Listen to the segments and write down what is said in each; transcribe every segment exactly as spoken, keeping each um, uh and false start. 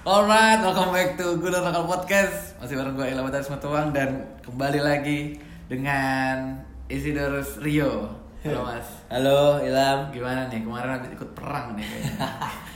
Alright, welcome back to Good Local Podcast. Masih bareng gue Ilham Batas Matuang dan kembali lagi dengan Isidorus Rio. Halo Mas. Halo Ilham. Gimana nih? Kemarin habis ikut perang nih kayaknya.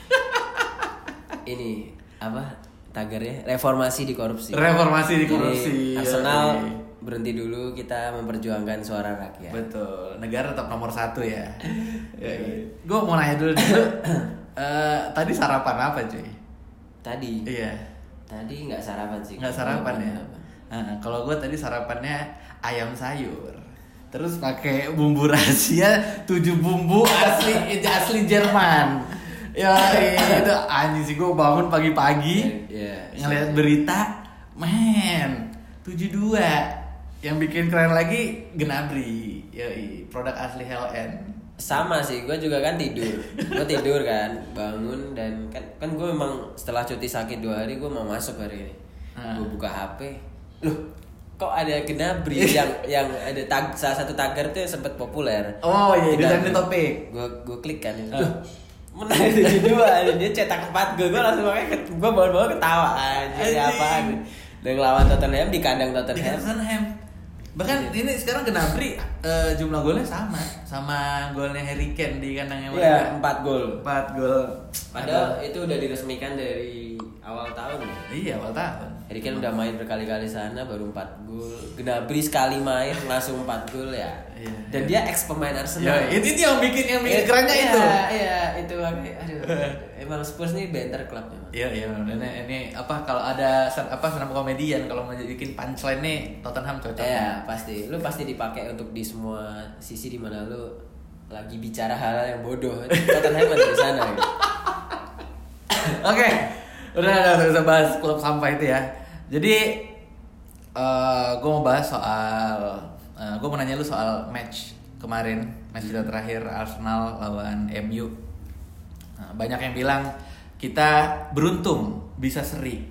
Ini apa tagarnya? Reformasi di korupsi. Reformasi di korupsi. Jadi, Arsenal berhenti dulu, kita memperjuangkan suara rakyat. Betul. Negara tetap nomor satu ya. Ya, gue mau nanya dulu dulu. uh, tadi sarapan apa cuy? Tadi. Iya. Tadi nggak sarapan sih. Nggak sarapan ya. Nah, kalau gue tadi sarapannya ayam sayur. Terus pakai bumbu rahasia tujuh bumbu asli asli Jerman. Ya itu anjing sih, gue bangun pagi-pagi yeah, yeah, ngeliat berita, men tujuh dua. Yang bikin keren lagi Gnabry, ya produk asli H L N. Sama sih, gue juga kan tidur, gue tidur kan, bangun dan kan kan gue memang setelah cuti sakit dua hari gue mau masuk hari ini, hmm. gue buka H P, loh kok ada Gnabry yang yang ada tag, salah satu tagar tuh yang sempat populer. Oh iya, itu jadi topik. Gue gue klik kan, loh menang tujuh dua, dia cetak empat gol, gue langsung makanya gue bawa-bawa ketawa aja apaan, dan ngelawan Tottenham di kandang Tottenham. Di Tottenham. Bahkan ini sekarang Gnabry uh, jumlah golnya sama sama golnya Harry Kane di kandangnya mereka. Iya, empat gol. empat gol. Padahal itu udah diresmikan dari awal tahun ya. Iya, awal tahun. Harry Kane udah main berkali-kali sana baru empat gol. Gnabry sekali main langsung empat gol ya. Iya. Dan dia ex pemain Arsenal. Ya, itu itu yang bikin yang bikin kerennya iya, itu. Iya, itu aduh. Emang Spurs nih banter club memang. Iya, iya, ini, ini apa kalau ada apa senam komedian kalau mau bikin punchline nih Tottenham cocok. Iya, pasti. Lu pasti dipakai untuk di semua sisi di mana lu lagi bicara hal yang bodoh. Tottenham ada di sana gitu. Oke. Udah udah udah bisa bahas klub sampah itu ya. Jadi uh, gue mau bahas soal uh, gue mau nanya lu soal match kemarin, match kita terakhir Arsenal lawan M U. Nah, banyak yang bilang kita beruntung bisa seri.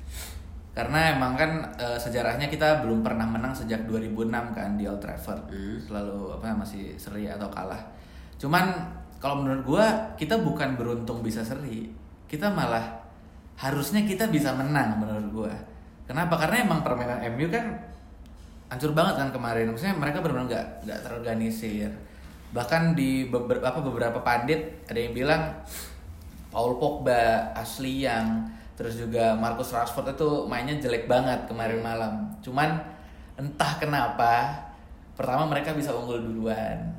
Karena emang kan uh, sejarahnya kita belum pernah menang sejak dua ribu enam kan di Old Trafford. Hmm. Selalu apa masih seri atau kalah. Cuman kalau menurut gue kita bukan beruntung bisa seri. Kita malah harusnya kita bisa menang menurut gue. Kenapa? Karena emang permainan M U kan hancur banget kan kemarin. Maksudnya mereka benar-benar nggak nggak terorganisir. Bahkan di beberapa beberapa pandit ada yang bilang Paul Pogba, Ashley Young, terus juga Marcus Rashford itu mainnya jelek banget kemarin malam. Cuman entah kenapa pertama mereka bisa unggul duluan.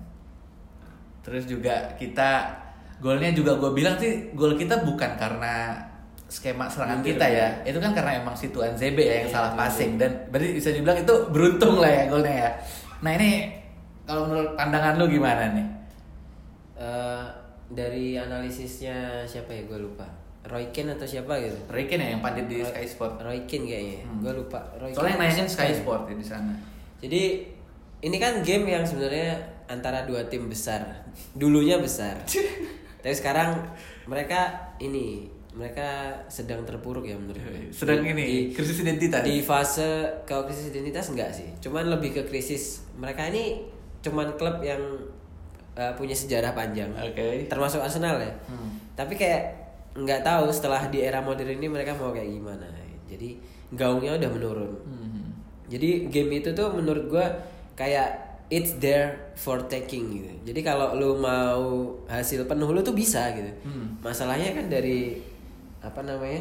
Terus juga kita golnya juga gue bilang sih gol kita bukan karena skema serangan Bener, kita ya. Itu kan karena emang si Tuan Z B ya yang ya, salah passing dan berarti bisa dibilang itu beruntung lah ya golnya ya. Nah ini kalau menurut pandangan lu gimana nih? Uh, dari analisisnya siapa ya gue lupa. Roy Keane atau siapa gitu? Roy Keane ya yang pandit di Roy, Sky Sport. Roy Keane kayaknya. Hmm. Gue lupa. Roy Soalnya yang nanyain Sky Sport ya di sana. Jadi ini kan game yang sebenarnya antara dua tim besar. Dulunya besar. Tapi sekarang mereka ini mereka sedang terpuruk ya menurut gue. Sedang ini di, krisis identitas. Di fase kalau krisis identitas enggak sih. Cuman lebih ke krisis mereka ini cuman klub yang uh, punya sejarah panjang. Oke. Okay. Termasuk Arsenal ya. Hmm. Tapi kayak nggak tahu setelah di era modern ini mereka mau kayak gimana. Jadi gaungnya udah menurun. Hmm. Jadi game itu tuh menurut gue kayak it's there for taking gitu. Jadi kalau lu mau hasil penuh lu tuh bisa gitu. Hmm. Masalahnya kan dari apa namanya?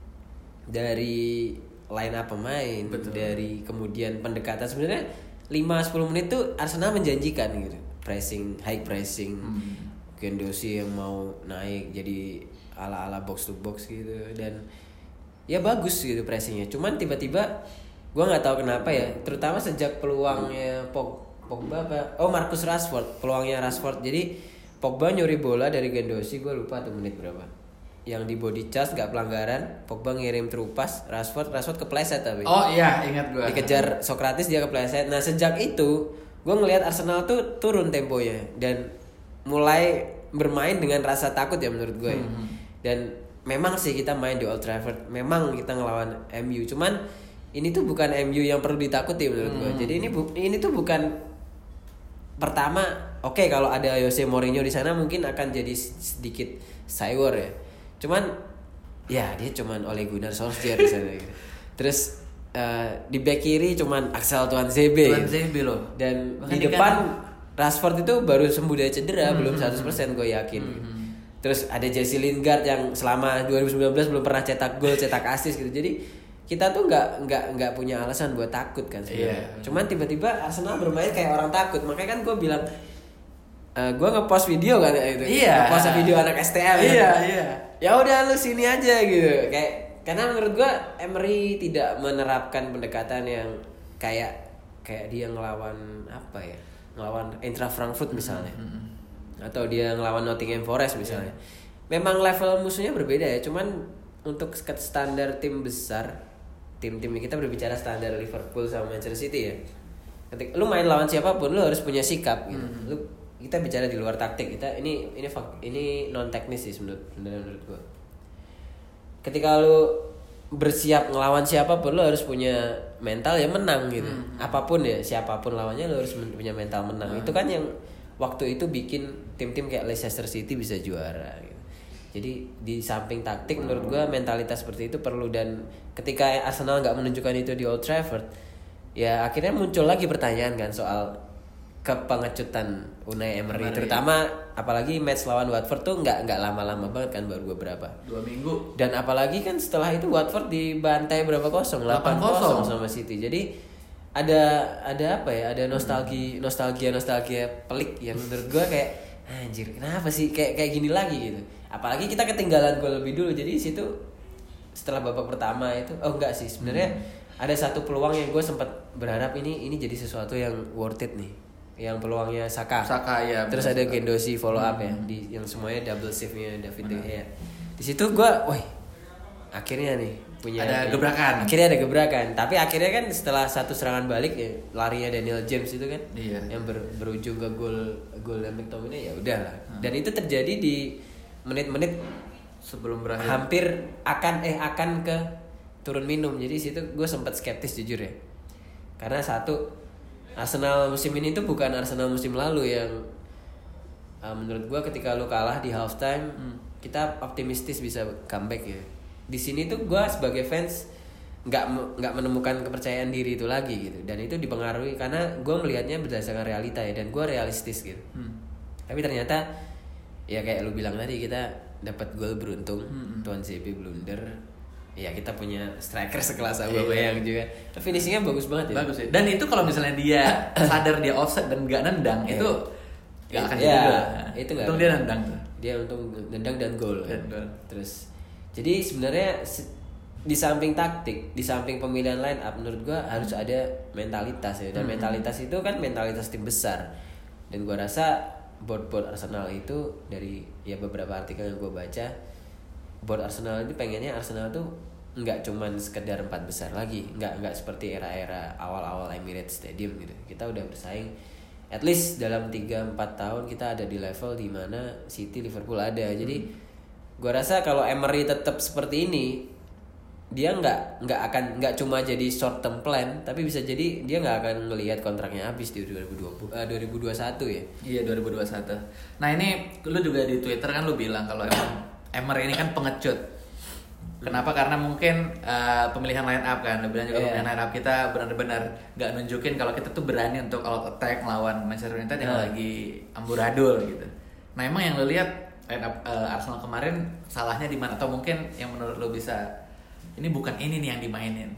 Dari line up pemain, Betul. Dari kemudian pendekatan sebenarnya lima sampai sepuluh menit tuh Arsenal menjanjikan gitu. Pressing, high pressing. Hmm. Gendosi yang mau naik jadi ala-ala box to box gitu dan ya bagus gitu pressingnya. Cuman tiba-tiba gue nggak tahu kenapa ya, terutama sejak peluangnya Pog Pogba apa? Oh Marcus Rashford, peluangnya Rashford. Jadi Pogba nyuri bola dari Gendosi, gue lupa tuh menit berapa. Yang di body charge nggak pelanggaran, Pogba ngirim through pass, Rashford Rashford kepleset tapi. Oh iya ingat gue. Dikejar Sokratis dia kepleset. Nah sejak itu gue ngelihat Arsenal tuh turun temponya dan mulai bermain dengan rasa takut ya menurut gue. Hmm. Dan memang sih kita main di Old Trafford, memang kita ngelawan M U. Cuman ini tuh bukan M U yang perlu ditakuti menurut hmm. gue. Jadi ini bu- ini tuh bukan pertama. Oke okay, kalau ada Jose Mourinho di sana mungkin akan jadi sedikit sour ya. Cuman ya dia cuman Ole Gunnar Solskjaer di sana gitu. Terus uh, di back kiri cuman Axel Tuanzebe. Tuanzebe loh. Dan bahkan di depan kan Rashford itu baru sembuh dari cedera, hmm, belum seratus persen gue yakin. Hmm, gitu. Terus ada Jesse Lingard yang selama dua ribu sembilan belas belum pernah cetak gol, cetak assist gitu. Jadi kita tuh nggak nggak nggak punya alasan buat takut kan sebenarnya. Yeah. Cuman tiba-tiba Arsenal bermain kayak orang takut. Makanya kan gue bilang uh, gue nge-post video kan itu. Iya. Yeah. Nge-post video anak S T M. Iya, yeah, iya. Yeah. Ya udah lu sini aja gitu. Kayak karena menurut gue Emery tidak menerapkan pendekatan yang kayak kayak dia ngelawan apa ya? Ngelawan Eintracht Frankfurt misalnya. Mm-hmm. Atau dia ngelawan Nottingham Forest misalnya. Yeah. Memang level musuhnya berbeda ya. Cuman untuk standar tim besar, tim-tim kita berbicara standar Liverpool sama Manchester City ya. Ketika lu main lawan siapapun lu harus punya sikap gitu. Mm-hmm. Lu kita bicara di luar taktik. Kita ini ini ini non teknis sih menurut menurut gua. Ketika lu bersiap ngelawan siapapun lu harus punya mental yang menang gitu. Mm-hmm. Apapun ya, siapapun lawannya lu harus punya mental menang. Mm-hmm. Itu kan yang waktu itu bikin tim-tim kayak Leicester City bisa juara gitu. Jadi di samping taktik menurut gua mentalitas seperti itu perlu, dan ketika Arsenal nggak menunjukkan itu di Old Trafford, ya akhirnya muncul lagi pertanyaan kan soal kepengecutan Unai Emery, terutama apalagi match lawan Watford tuh nggak nggak lama-lama banget kan, baru beberapa dua minggu, dan apalagi kan setelah itu Watford dibantai berapa kosong, delapan kosong sama City. Jadi ada ada apa ya, ada nostalgia nostalgia nostalgia pelik yang menurut gua kayak anjir kenapa sih kayak kayak gini lagi gitu. Apalagi kita ketinggalan gol lebih dulu, jadi situ setelah babak pertama itu oh enggak sih sebenarnya hmm. ada satu peluang yang gue sempat berharap ini ini jadi sesuatu yang worth it nih, yang peluangnya Saka, Saka ya, terus ada Gendosi follow up hmm. ya di yang semuanya double save-nya David De Gea. Di situ gue, woi akhirnya nih punya ada gebrakan, akhirnya ada gebrakan. Tapi akhirnya kan setelah satu serangan balik ya larinya Daniel James itu kan iya. yang ber, berujung ke gol gol McTominay, ya udahlah. Hmm. Dan itu terjadi di menit-menit sebelum berakhir, hampir akan eh akan ke turun minum. Jadi situ gue sempat skeptis jujur ya, karena satu, Arsenal musim ini tuh bukan Arsenal musim lalu yang uh, menurut gue ketika lu kalah di halftime hmm. kita optimistis bisa comeback ya. Di sini tuh gue sebagai fans nggak nggak menemukan kepercayaan diri itu lagi gitu, dan itu dipengaruhi karena gue melihatnya berdasarkan realita ya, dan gue realistis gitu. Hmm. Tapi ternyata ya kayak lu bilang tadi, kita dapat gol beruntung, hmm. Tuanzebe blunder. Ya kita punya striker sekelas Aubameyang juga. Finishingnya bagus banget ya. Bagus ya. Dan itu kalau misalnya dia sadar dia offside dan nggak nendang, itu nggak akan jadi gol. Itu nggak. Untung dia nendang. Dia untung nendang dan gol. Kan? Terus jadi sebenarnya di samping taktik, di samping pemilihan line up, menurut gua harus ada mentalitas ya. Dan hmm. mentalitas itu kan mentalitas tim besar. Dan gua rasa board-board Arsenal itu dari ya beberapa artikel yang gue baca, board Arsenal ini pengennya Arsenal tuh nggak cuman sekedar empat besar lagi, nggak nggak seperti era-era awal-awal Emirates Stadium gitu. Kita udah bersaing, at least dalam tiga empat tahun kita ada di level di mana City, Liverpool ada. Jadi gue rasa kalau Emery tetap seperti ini, dia nggak nggak akan nggak cuma jadi short term plan, tapi bisa jadi dia nggak akan melihat kontraknya habis di dua ribu dua puluh, uh, dua ribu dua puluh satu ya. Iya dua ribu dua puluh satu. Nah ini lu juga di Twitter kan lu bilang kalau emang Emery ini kan pengecut. Kenapa? Karena mungkin uh, pemilihan line up kan, lu bilang juga yeah. pemilihan line up kita benar-benar nggak nunjukin kalau kita tuh berani untuk kalau attack melawan Manchester United yang yeah. lagi amburadul gitu. Nah emang yang lu lihat line up uh, Arsenal kemarin salahnya di mana, atau mungkin yang menurut lu bisa ini bukan ini nih yang dimainin?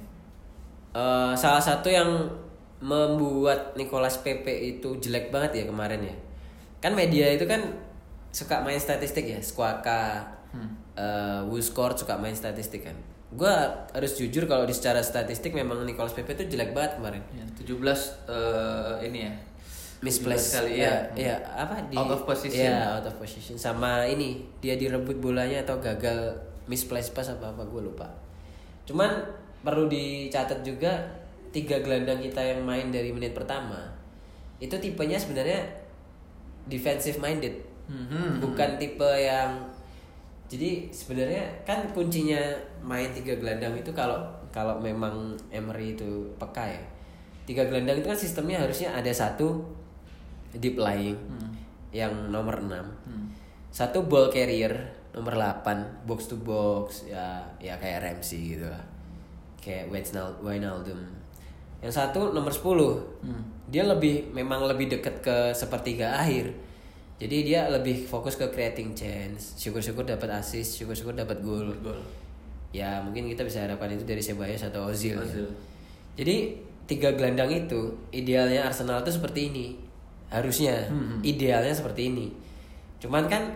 Uh, salah satu yang membuat Nicolas Pepe itu jelek banget ya kemarin ya. Kan media itu kan suka main statistik ya, Squawka, hmm. uh, WhoScored suka main statistik kan. Gue harus jujur kalau di secara statistik memang Nicolas Pepe itu jelek banget kemarin. Ya, tujuh belas uh, ini ya. Misplaced kali ya. Ya, apa di out of position. Ya, out of position. Sama ini dia direbut bolanya atau gagal misplaced pass apa apa gue lupa. Cuman perlu dicatat juga tiga gelandang kita yang main dari menit pertama itu tipenya sebenarnya defensive minded, mm-hmm. bukan tipe yang, jadi sebenarnya kan kuncinya main tiga gelandang itu kalau kalau memang Emery itu peka ya, tiga gelandang itu kan sistemnya harusnya ada satu deep lying mm. yang nomor enam, mm. satu ball carrier nomor delapan box to box ya ya kayak Ramsey gitu lah. Kayak Wijnaldum. Yang satu nomor sepuluh. Hmm. Dia lebih memang lebih dekat ke sepertiga akhir. Jadi dia lebih fokus ke creating chance. Syukur-syukur dapat assist, syukur-syukur dapat gol. Gol. Ya mungkin kita bisa harapkan itu dari Ceballos atau Ozil. Ozil. Ya. Jadi tiga gelandang itu idealnya Arsenal itu seperti ini. Harusnya hmm. idealnya seperti ini. Cuman kan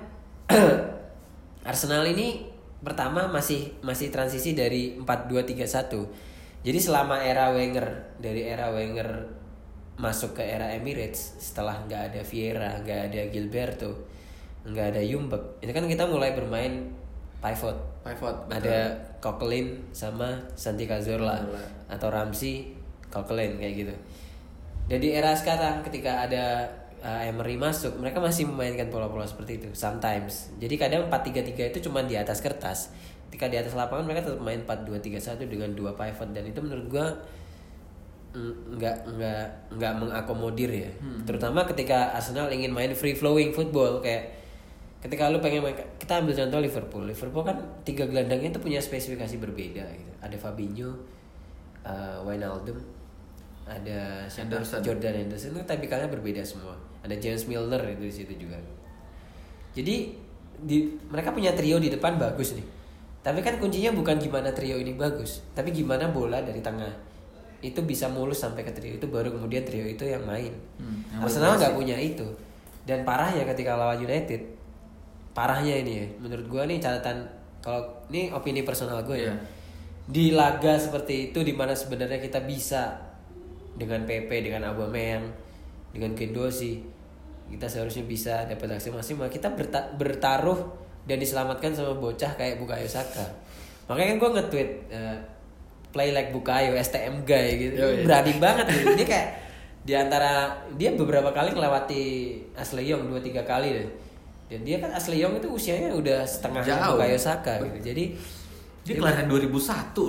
Arsenal ini pertama masih masih transisi dari empat dua tiga satu. Jadi selama era Wenger, dari era Wenger masuk ke era Emirates, setelah nggak ada Vieira, nggak ada Gilberto, nggak ada Ljungberg, itu kan kita mulai bermain pivot. Pivot. Betul. Ada Coquelin sama Santi Cazorla atau Ramsey, Coquelin kayak gitu. Jadi era sekarang ketika ada uh, Emery masuk, mereka masih memainkan pola-pola seperti itu sometimes. Jadi kadang empat tiga tiga itu cuma di atas kertas. Ketika di atas lapangan mereka tetap main empat dua tiga satu dengan dua pivot, dan itu menurut gua nggak nggak nggak mengakomodir ya. Hmm. Terutama ketika Arsenal ingin main free flowing football, kayak ketika lu pengen main, kita ambil contoh Liverpool. Liverpool kan tiga gelandangnya itu punya spesifikasi berbeda gitu. Ada Fabinho, uh, Wijnaldum, ada Henderson. Jordan Henderson, itu tipikalnya berbeda semua. Ada James Milner itu di situ juga. Jadi di, mereka punya trio di depan bagus nih. Tapi kan kuncinya bukan gimana trio ini bagus, tapi gimana bola dari tengah itu bisa mulus sampai ke trio itu, baru kemudian trio itu yang main. Hmm, yang Arsenal nggak punya itu. Dan parahnya ketika lawan United, parahnya ini ya, menurut gue nih catatan, kalau ini opini personal gue ya, yeah. Di laga seperti itu dimana sebenarnya kita bisa dengan Pepe, dengan Aubameyang, dengan Guendouzi, kita seharusnya bisa dapat hasil maksimal. Kita berta- bertaruh dan diselamatkan sama bocah kayak Bukayo Saka. Makanya kan gue nge-tweet uh, play like Bukayo, S T M guy gitu. Yo, iya. Berani banget gitu. Dia kayak di antara dia beberapa kali ngelewati Ashley Young dua tiga kali deh. Dan dia kan Ashley Young itu usianya udah setengah Bukayo Saka gitu. Jadi dia kelahiran dua ribu satu.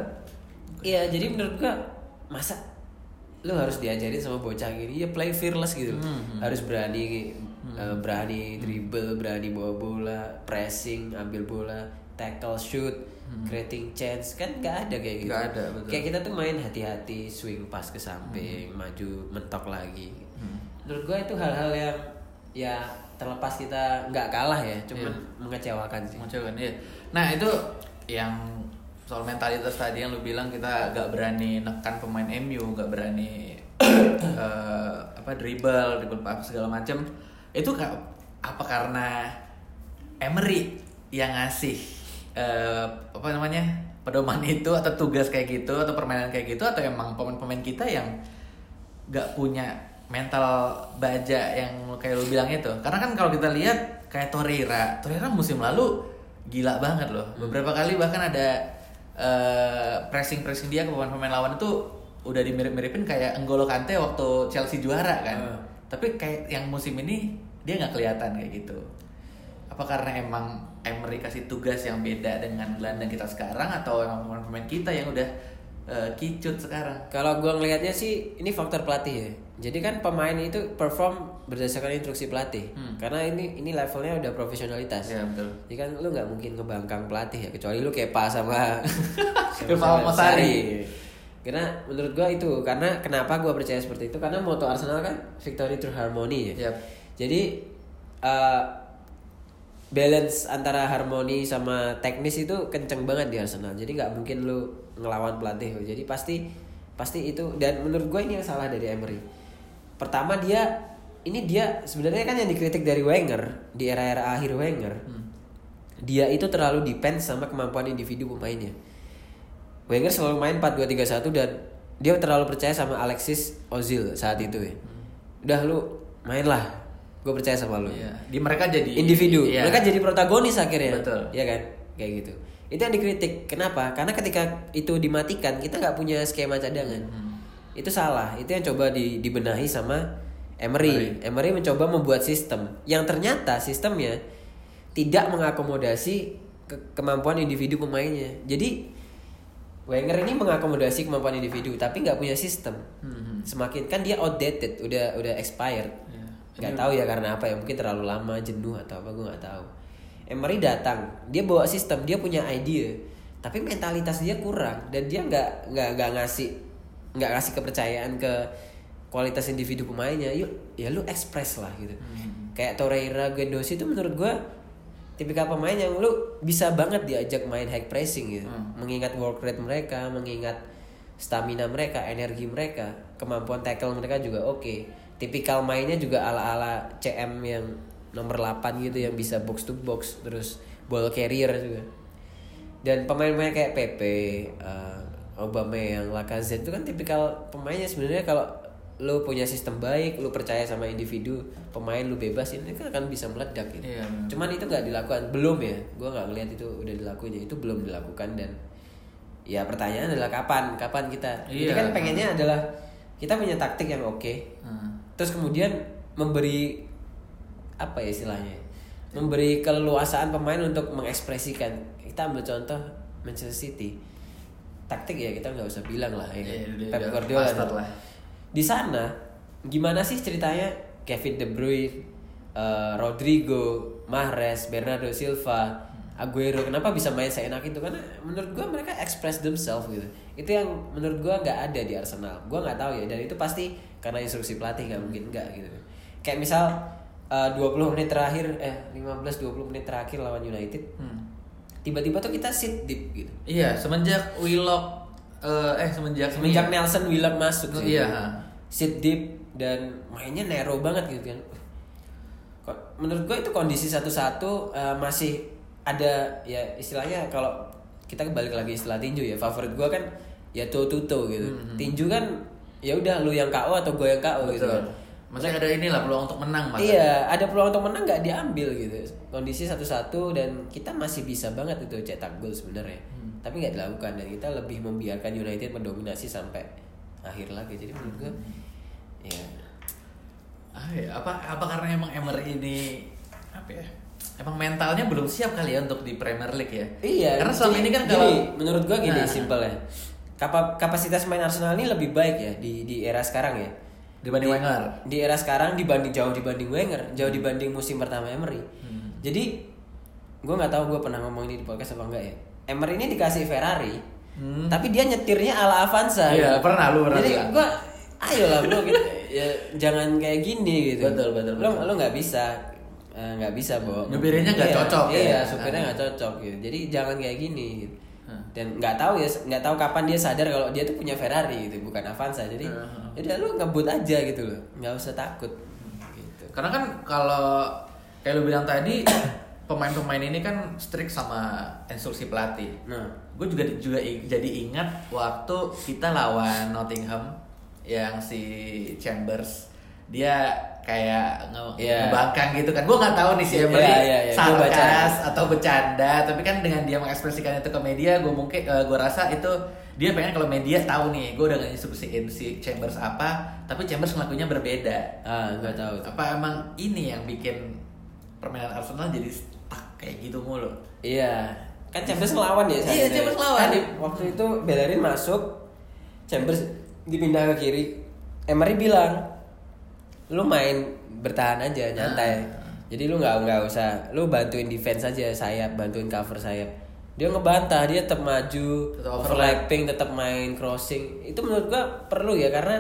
Iya, jadi menurut gua masa lu harus diajarin sama bocah gini, ya play fearless gitu. Hmm, hmm. Harus berani hmm. uh, berani dribble, berani bawa bola, pressing, ambil bola, tackle, shoot, hmm. creating chance, kan nggak ada kayak gitu. Nggak ada, betul. Kayak kita tuh main hati-hati, swing pas ke samping, hmm. maju, mentok lagi. Hmm. Menurut gua itu hal-hal yang ya terlepas kita nggak kalah ya, cuman yeah. mengecewakan sih. Mengecewakan ya. Nah itu yang soal mentalitas tadi yang lu bilang kita nggak berani nekan pemain M U, nggak berani uh, apa dribble, dribble apa segala macam. Itu apa karena Emery yang ngasih uh, apa namanya pedoman itu atau tugas kayak gitu atau permainan kayak gitu, atau emang pemain-pemain kita yang nggak punya mental baja yang kayak lu bilang itu? Karena kan kalau kita lihat kayak Torreira, Torreira musim lalu gila banget loh. Beberapa kali bahkan ada uh, pressing-pressing dia ke pemain-pemain lawan itu udah dimirip-miripin kayak N'Golo Kante waktu Chelsea juara kan. Hmm. Tapi kayak yang musim ini dia nggak kelihatan kayak gitu. Apa karena emang Emery kasih tugas yang beda dengan gelandang kita sekarang, atau emang pemain-pemain kita yang udah uh, kicut sekarang? Kalau gue ngelihatnya sih ini faktor pelatih ya. Jadi kan pemain itu perform berdasarkan instruksi pelatih. Hmm. Karena ini ini levelnya udah profesionalitas. Ya, betul. Jadi kan lu nggak mungkin ngebangkang pelatih ya, kecuali lu kayak Pak sama Kepa Mosari. Karena menurut gua itu, karena kenapa gua percaya seperti itu, karena moto Arsenal kan victory through harmony ya. Yep. Jadi uh, balance antara harmoni sama teknis itu kenceng banget di Arsenal. Jadi nggak mungkin lu ngelawan pelatih. Jadi pasti pasti itu, dan menurut gua ini yang salah dari Emery. Pertama dia ini dia sebenarnya kan yang dikritik dari Wenger di era-era akhir Wenger, hmm. dia itu terlalu depend sama kemampuan individu pemainnya. Wenger selalu main empat dua tiga satu dan dia terlalu percaya sama Alexis Ozil saat itu ya. Hmm. Udah lu main lah, gue percaya sama lu. Iya. Di mereka jadi individu, iya. mereka jadi protagonis akhirnya. Betul. Iya kan, kayak gitu. Itu yang dikritik. Kenapa? Karena ketika itu dimatikan, kita nggak punya skema cadangan. Hmm. Itu salah. Itu yang coba di, dibenahi sama Emery. Emery mencoba membuat sistem yang ternyata sistemnya tidak mengakomodasi ke- kemampuan individu pemainnya. Jadi Wenger ini mengakomodasi kemampuan individu tapi nggak punya sistem. Hmm. Semakin kan dia outdated, udah udah expired. Yeah. Nggak tahu ya karena apa ya? Mungkin terlalu lama, jenuh atau apa, gue nggak tahu. Emery datang, dia bawa sistem, dia punya ide, tapi mentalitas dia kurang dan dia nggak nggak nggak ngasih nggak ngasih kepercayaan ke kualitas individu pemainnya. Yuk, ya lu ekspres lah gitu. Hmm. Kayak Torreira, Guendouzi itu menurut gue tipikal pemain yang lu bisa banget diajak main high pressing gitu. Hmm. Mengingat work rate mereka, mengingat stamina mereka, energi mereka, kemampuan tackle mereka juga oke. Okay. Tipikal mainnya juga ala-ala C M yang nomor delapan gitu yang bisa box to box, terus ball carrier juga. Dan pemain-pemain kayak Pepe, uh, Aubameyang, Lacazette itu kan tipikal pemainnya sebenarnya kalau lu punya sistem baik, lu percaya sama individu, pemain lu bebas, ini kan akan bisa meledak gitu. Iya, cuman itu nggak dilakukan, belum ya. Gue nggak ngelihat itu udah dilakuin, itu belum dilakukan. Dan ya pertanyaan adalah kapan, kapan kita. Iya, kita kan pengennya hmm. adalah kita punya taktik yang oke, okay, hmm. terus kemudian memberi apa ya istilahnya, memberi keleluasaan pemain untuk mengekspresikan. Kita ambil contoh Manchester City, taktik ya kita nggak usah bilang lah ya, yeah, Pep Guardiola lah. Di sana gimana sih ceritanya Kevin De Bruyne, uh, Rodrigo, Mahrez, Bernardo Silva, Aguero kenapa bisa main seenak itu? Karena menurut gue mereka express themselves gitu. Itu yang menurut gue nggak ada di Arsenal. Gue nggak tahu ya, dan itu pasti karena instruksi pelatih, nggak mungkin nggak gitu. Kayak misal uh, dua puluh menit terakhir eh lima belas dua puluh menit terakhir lawan United, hmm. tiba-tiba tuh kita sit deep gitu. Iya, semenjak Willock uh, eh semenjak semenjak ini, Nelson Willock masuk sih. Iya. Sit deep dan mainnya narrow banget gitu kan. Menurut gue itu kondisi satu-satu uh, masih ada ya istilahnya, kalau kita balik lagi istilah tinju ya, favorit gue kan ya toe to toe gitu. Mm-hmm. Tinju kan ya udah lu yang K O atau gue yang K O. Betul. Gitu kan. Maksudnya ada inilah peluang untuk menang malah. Iya, ada peluang untuk menang nggak diambil gitu. Kondisi satu-satu dan kita masih bisa banget itu cetak gol sebenarnya. Hmm. Tapi nggak dilakukan dan kita lebih membiarkan United mendominasi sampai akhir lagi. Jadi menurut gue ya ah, ya apa apa karena emang Emery ini apa ya? Emang mentalnya belum siap kali ya untuk di Premier League ya. Iya. Karena selama ini kan kalau menurut gua gini nah, simpel ya. Kap- kapasitas main Arsenal ini lebih baik ya di di era sekarang ya. Dibanding di, Wenger. Di era sekarang dibanding jauh dibanding Wenger, jauh dibanding musim pertama Emery. Hmm. Jadi gua nggak tahu gua pernah ngomong ini di podcast apa enggak ya. Emery ini dikasih Ferrari, hmm. tapi dia nyetirnya ala Avanza. Iya, gitu. pernah lu pernah. Jadi gua ayolah bro gitu. Ya jangan kayak gini gitu. Betul betul. Lo lo nggak bisa nggak uh, bisa bawa nyupirnya nggak iya, cocok iya ya? supirnya nggak cocok gitu, jadi jangan kayak gini gitu. Hmm. Dan nggak tahu ya nggak tahu kapan dia sadar kalau dia tuh punya Ferrari gitu, bukan Avanza. Jadi hmm. udah lu ngebut aja gitu loh, nggak usah takut gitu. Karena kan kalau kayak lu bilang tadi pemain-pemain ini kan strict sama instruksi pelatih. Nah, gue juga juga jadi ingat waktu kita lawan Nottingham yang si Chambers dia kayak nge- yeah. ngebangkang gitu kan. Gue nggak tahu nih si Emery yeah, yeah, yeah. sarkas atau bercanda, tapi kan dengan dia mengekspresikan itu ke media, gue mungkin uh, gue rasa itu dia pengen kalau media tahu nih gue udah nginstruksiin si Chambers apa, tapi Chambers ngelakuinnya berbeda. Ah, nggak tahu. Apa emang ini yang bikin permainan Arsenal jadi stuck kayak gitu mulu? Iya, kan Chambers ngelawan ya. Iya, Chambers ngelawan. Kan, waktu itu Bellerin masuk, Chambers dipindah ke kiri. Emery bilang, lu main bertahan aja nyantai. Nah. Jadi lu nggak nggak usah, lu bantuin defense aja sayap, bantuin cover sayap. Dia ngebantah, dia tetap maju, tetap overlapping, tetap main crossing. Itu menurut gua perlu ya, karena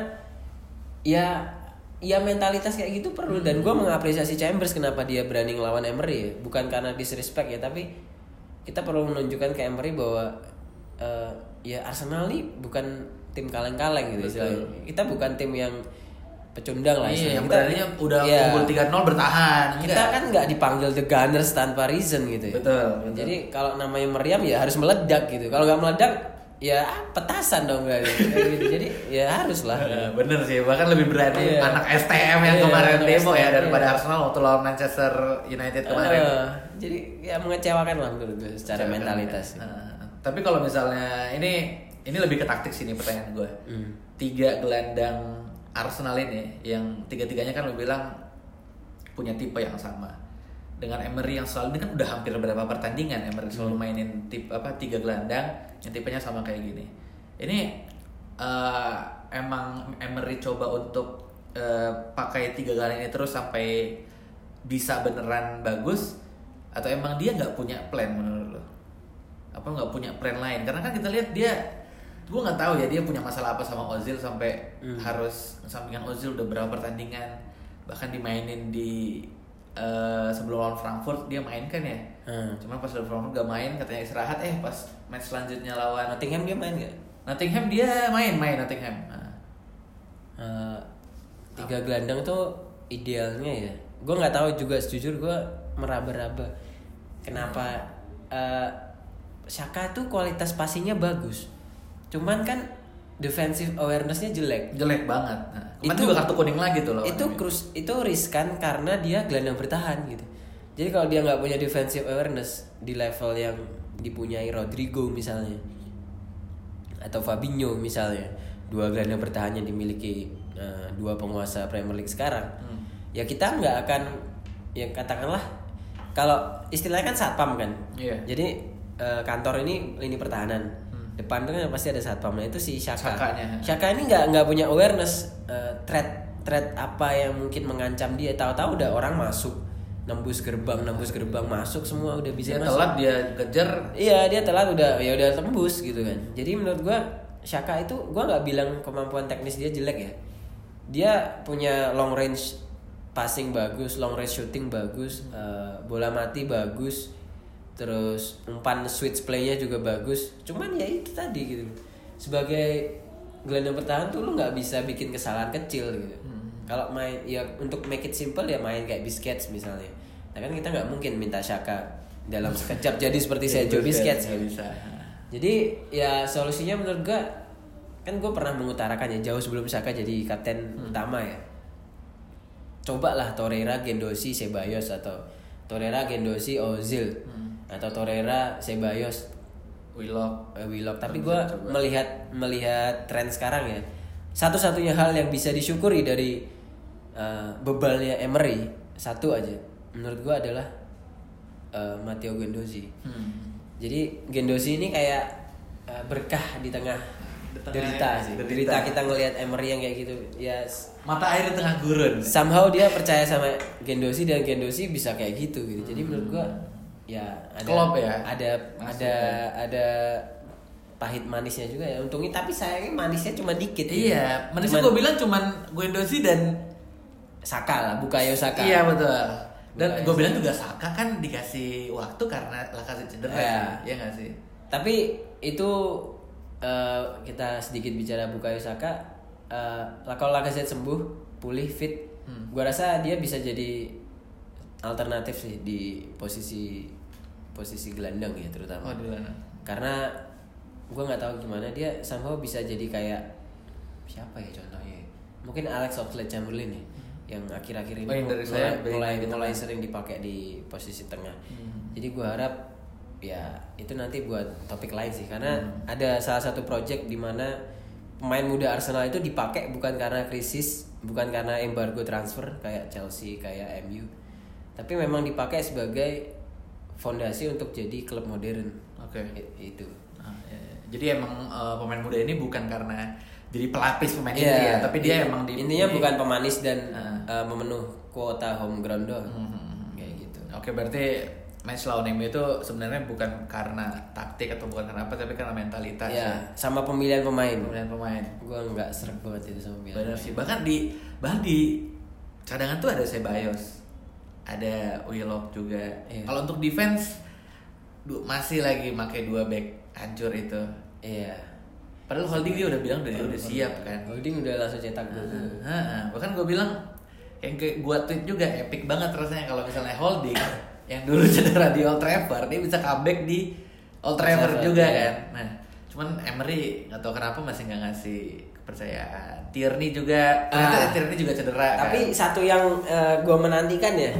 ya ya mentalitas kayak gitu perlu. Dan gua mengapresiasi Chambers kenapa dia berani ngelawan Emery ya. Bukan karena disrespect ya, tapi kita perlu menunjukkan ke Emery bahwa uh, ya Arsenal nih bukan tim kaleng-kaleng gitu. Kita bukan tim yang pecundang lah. Iya, yang kita berarti udah ya, unggul tiga nol bertahan. Kita enggak. Kan nggak dipanggil The Gunners tanpa reason gitu ya. Betul, betul. Jadi kalau namanya meriam ya harus meledak gitu. Kalau nggak meledak ya petasan dong gitu. Gitu. Jadi ya harus lah. Ya, bener sih, bahkan lebih berani yeah. anak S T M yang yeah, kemarin demo ya daripada yeah. Arsenal waktu lawan Manchester United kemarin. Uh, jadi ya mengecewakan lah menurut gue secara Cewakan mentalitas. Ya. Uh, tapi kalau misalnya ini ini lebih ke taktik sini pertanyaan gue. Hmm. Tiga gelandang Arsenal ini yang tiga-tiganya kan lo bilang punya tipe yang sama. Dengan Emery yang selalu ini kan udah hampir beberapa pertandingan Emery selalu mainin tipe apa tiga gelandang yang tipenya sama kayak gini. Ini uh, emang Emery coba untuk uh, pakai tiga gelandang ini terus sampai bisa beneran bagus, Atau emang dia nggak punya plan menurut lo? Apa nggak punya plan lain? Karena kan kita lihat dia, gue nggak tahu ya dia punya masalah apa sama Ozil sampai hmm. harus sampingan Ozil udah berapa pertandingan, bahkan dimainin di uh, sebelum lawan Frankfurt dia main kan ya. Hmm. Cuman pas lawan Frankfurt gak main, katanya istirahat. Eh pas match selanjutnya lawan Nottingham dia main nggak? Nottingham dia main main Nottingham. Nah. Uh, tiga gelandang tuh idealnya ya. Gue nggak tahu juga, sejujur gue meraba-raba kenapa uh, Xhaka tuh kualitas passingnya bagus, cuman kan defensive awareness-nya jelek. Jelek banget. Nah, itu juga kartu kuning lagi tuh loh. Itu krus, itu riskan karena dia gelandang bertahan gitu. Jadi kalau dia nggak punya defensive awareness di level yang dipunyai Rodrigo misalnya atau Fabinho misalnya, dua gelandang bertahan yang dimiliki uh, dua penguasa Premier League sekarang, hmm. ya kita nggak akan, ya katakanlah kalau istilahnya kan satpam kan. Yeah. Jadi uh, kantor ini lini pertahanan. Hmm. Depan tuh kan pasti ada satpam. Nah itu si Xhaka. Xhaka ini nggak nggak punya awareness uh, threat threat apa yang mungkin mengancam dia. Tahu-tahu udah orang masuk, nembus gerbang, nembus gerbang masuk semua udah bisa dia masuk. Telat dia kejar. Iya dia telat udah ya udah tembus gitu kan. Jadi menurut gua Xhaka itu gua nggak bilang kemampuan teknis dia jelek ya. Dia punya long range passing bagus, long range shooting bagus, uh, bola mati bagus, terus umpan switch play-nya juga bagus. Cuman ya itu tadi gitu. Sebagai gelandang bertahan tuh lu nggak bisa bikin kesalahan kecil gitu. Hmm. Kalau main ya untuk make it simple ya main kayak Busquets misalnya. Nah kan kita nggak mungkin minta Xhaka dalam sekejap jadi seperti Sergio Busquets kan. Bisa. Jadi ya solusinya menurut gua kan gue pernah mengutarakan ya jauh sebelum Xhaka jadi kapten hmm. utama ya. Cobalah Torreira, Guendouzi, Ceballos atau Torreira, Guendouzi, Ozil hmm. atau Torreira, Ceballos, Willock, eh, Willock. Tapi gue melihat melihat tren sekarang ya, satu-satunya hal yang bisa disyukuri dari uh, bebalnya Emery satu aja, menurut gue adalah uh, Matteo Guendouzi. Hmm. Jadi Guendouzi ini kayak uh, berkah di tengah derita sih. Derita. derita kita ngelihat Emery yang kayak gitu. Ya yes. Mata air di tengah gurun. Somehow dia percaya sama Guendouzi dan Guendouzi bisa kayak gitu gitu. Jadi hmm. menurut gua ya ada Klop ya. Ada Masuk ada ya. ada pahit manisnya juga ya. Untungnya tapi sayangnya manisnya cuma dikit. Iya, gitu. Manisnya gua bilang cuman Guendouzi dan Saka lah, Bukayo Saka. Iya betul. Dan gue bilang juga Saka kan dikasih waktu karena Lacazette cedera. Ya, ya nggak sih. Tapi itu uh, kita sedikit bicara Bukayo Saka. Uh, kalau Lacazette sembuh, pulih fit, hmm. gue rasa dia bisa jadi alternatif sih di posisi posisi gelandang ya terutama. Oh, di gelandang. Karena gue nggak tahu gimana dia somehow bisa jadi kayak siapa ya contohnya? Mungkin Alex Oxlade-Chamberlain ya. Yang akhir-akhir ini oh, mulai saya, mulai, mulai sering dipakai di posisi tengah. Hmm. Jadi gue harap ya itu nanti buat topik lain sih karena hmm. ada salah satu project di mana pemain muda Arsenal itu dipakai bukan karena krisis, bukan karena embargo transfer kayak Chelsea, kayak M U. Tapi memang dipakai sebagai fondasi untuk jadi klub modern. Oke. Okay. Itu. Ah, ya, ya. Jadi emang uh, pemain muda ini bukan karena jadi pelapis pemain yeah, inti ya, tapi dia yeah. emang di, intinya di, bukan pemanis dan uh, uh, memenuh kuota home ground doang. Hmm, kayak gitu. Oke, berarti match lawan M U itu sebenarnya bukan karena taktik atau bukan karena apa, tapi karena mentalitas. Yeah, ya, sama pemilihan pemain. Pemilihan pemain. Gua nggak sreg banget itu sama pemilihan. Benar sih. Bahkan di bahkan di cadangan tuh ada Ceballos, ada Willock juga. Yeah. Kalau untuk defense masih lagi pakai dua back hancur itu. Iya. Yeah. Padahal Holding dia udah bilang udah, udah siap kan. Holding udah langsung cetak gol. Uh, uh, uh. Bahkan gue bilang yang kayak gue tweet juga epic banget rasanya kalau misalnya Holding yang dulu cedera di Old Trafford dia bisa comeback di Old Trafford juga ya. Kan. Nah, cuman Emery nggak tahu kenapa masih nggak ngasih kepercayaan. Tierney juga, ah, Tierney juga cedera. Tapi kan. satu yang uh, gue menantikan ya,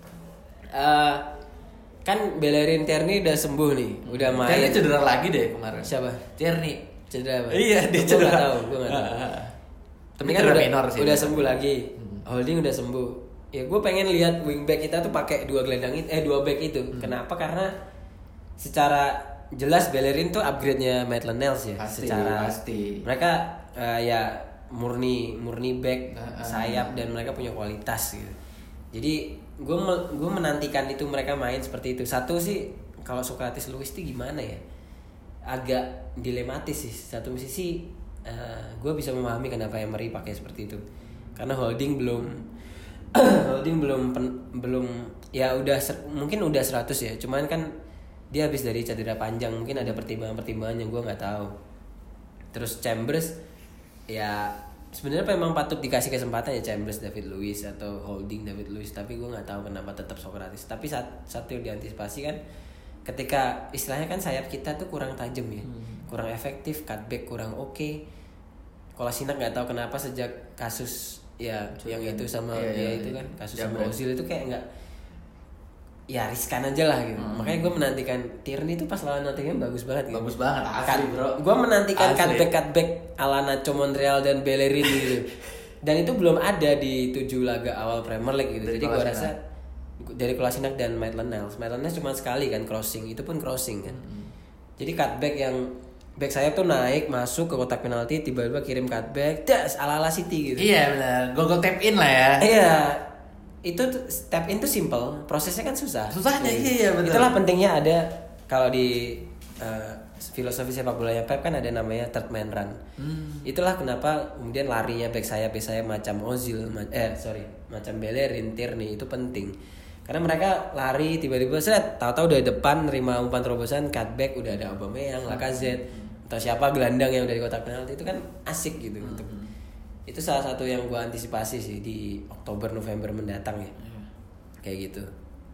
uh, kan Bellerin Tierney udah sembuh nih, udah main. Tierney cedera lagi deh kemarin. Siapa? Tierney. Cedera apa? Iya, dia cedera. Gue gak tahu, gue gak tahu. Tapi kan udah, minor sih. Udah sembuh lagi. Hmm. Holding udah sembuh. Ya gue pengen lihat wingback kita tuh pakai dua gelandang itu, eh dua back itu. Hmm. Kenapa? Karena secara jelas Bellerin tuh upgrade-nya Maitland Niles ya. Pasti, secara pasti. Mereka uh, ya murni murni back uh, uh, sayap dan mereka punya kualitas gitu. Jadi gue gue menantikan itu mereka main seperti itu. Satu sih kalau Socrates Luiz itu gimana ya, agak dilematis sih. Satu sisi uh, gue bisa memahami kenapa Emery pakai seperti itu, karena Holding belum Holding belum pen, belum ya udah ser, mungkin udah seratus ya, cuman kan dia habis dari cedera panjang, mungkin ada pertimbangan-pertimbangan yang gue nggak tahu. Terus Chambers ya sebenarnya memang patut dikasih kesempatan ya, Chambers David Luiz atau Holding David Luiz, tapi gue nggak tahu kenapa tetap Socrates. Tapi saat satu yang diantisipasi kan ketika istilahnya kan sayap kita tuh kurang tajam ya, hmm. kurang efektif, cutback kurang oke. Okay. Kolasinac nggak tahu kenapa sejak kasus ya Cuk, yang itu sama iya, ya iya, itu kan kasus iya, sama Ozil itu kayak nggak ya riskan aja lah gitu. Hmm. Makanya gue menantikan Tierney itu pas lawan Nottingham bagus banget gitu. Bagus banget asli bro. Gue menantikan cutback cutback ala Nacho Monreal dan Bellerin gitu. Dan itu belum ada di tujuh laga awal Premier League gitu. Dari Jadi gue rasa dari Kolasinac dan Maitland-Niles. Maitland-Niles cuma sekali kan crossing, itu pun crossing kan. Hmm. Jadi cutback yang back sayap tuh naik masuk ke kotak penalti, tiba-tiba kirim cutback, das ala-ala City gitu. Iya benar. Gol-gol tap in lah ya. Iya. Itu step in tuh simple, prosesnya kan susah. Susahnya iya, iya betul. Itulah pentingnya ada kalau di uh, filosofi sepak bolanya Pep kan ada namanya third man run. Hmm. Itulah kenapa kemudian larinya back sayap back sayap macam Ozil, eh sorry, macam Bellerin, Tierney itu penting. Karena mereka lari tiba-tiba seret, tahu-tahu udah depan nerima umpan terobosan, cutback udah ada Aubameyang, Lacazette, atau siapa gelandang yang dari kotak penalti, itu kan asik gitu hmm. untuk itu salah satu yang gue antisipasi sih di Oktober November mendatang ya, hmm. kayak gitu.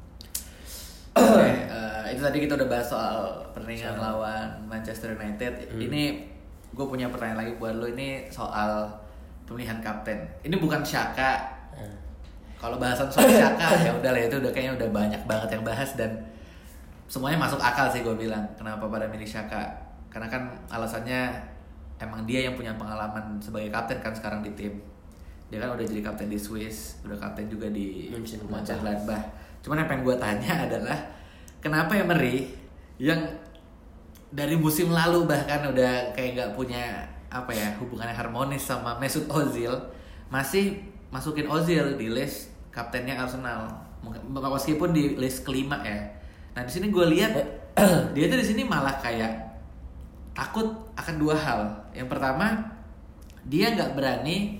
Oke, okay, uh, itu tadi kita udah bahas soal pertandingan soal. lawan Manchester United. Hmm. Ini gue punya pertanyaan lagi buat lo, ini soal pemilihan kapten. Ini bukan Xhaka. Hmm. Kalau bahasan soal Xhaka ya udah lah, itu udah kayaknya udah banyak banget yang bahas dan semuanya masuk akal sih gue bilang. Kenapa pada milih Xhaka? Karena kan alasannya emang dia yang punya pengalaman sebagai kapten kan sekarang di tim. Dia kan udah jadi kapten di Swiss, udah kapten juga di Mönchengladbach. Cuman yang pengen gue tanya adalah kenapa Emery yang dari musim lalu bahkan udah kayak gak punya apa ya hubungan yang harmonis sama Mesut Ozil masih masukin Ozil di list kaptennya Arsenal, meskipun di list kelima ya. Nah di sini gue lihat dia tuh di sini malah kayak takut akan dua hal. Yang pertama, dia nggak berani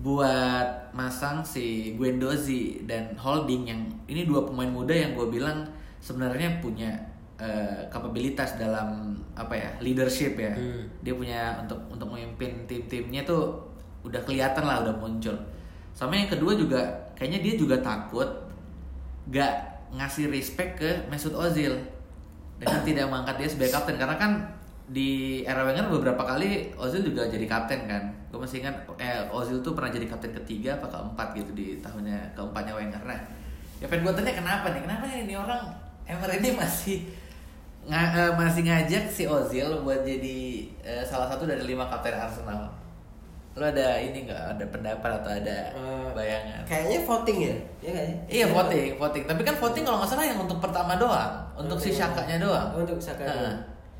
buat masang si Guendouzi dan Holding yang ini dua pemain muda yang gue bilang sebenarnya punya uh, kapabilitas dalam apa ya leadership ya. Hmm. Dia punya untuk untuk memimpin tim-timnya tuh udah kelihatan lah, udah muncul. Sama yang kedua juga kayaknya dia juga takut nggak ngasih respect ke Mesut Ozil dengan tidak mengangkat dia sebagai kapten, karena kan di era Wenger beberapa kali Ozil juga jadi kapten kan. Gue masih ingat eh, Ozil tuh pernah jadi kapten ketiga apa keempat gitu di tahunnya keempatnya Wenger. Nah, ya pengen gue tanya kenapa nih? Kenapa nih ini orang Emery ini masih ng- uh, masih ngajak si Ozil buat jadi uh, salah satu dari lima kapten Arsenal? Lo ada ini nggak? Ada pendapat atau ada uh, bayangan? Kayaknya voting ya, ya nggak sih? Iya voting, voting. Tapi kan voting kalau nggak salah yang untuk pertama doang, untuk si Xhaka-nya doang. Untuk Xhaka doang.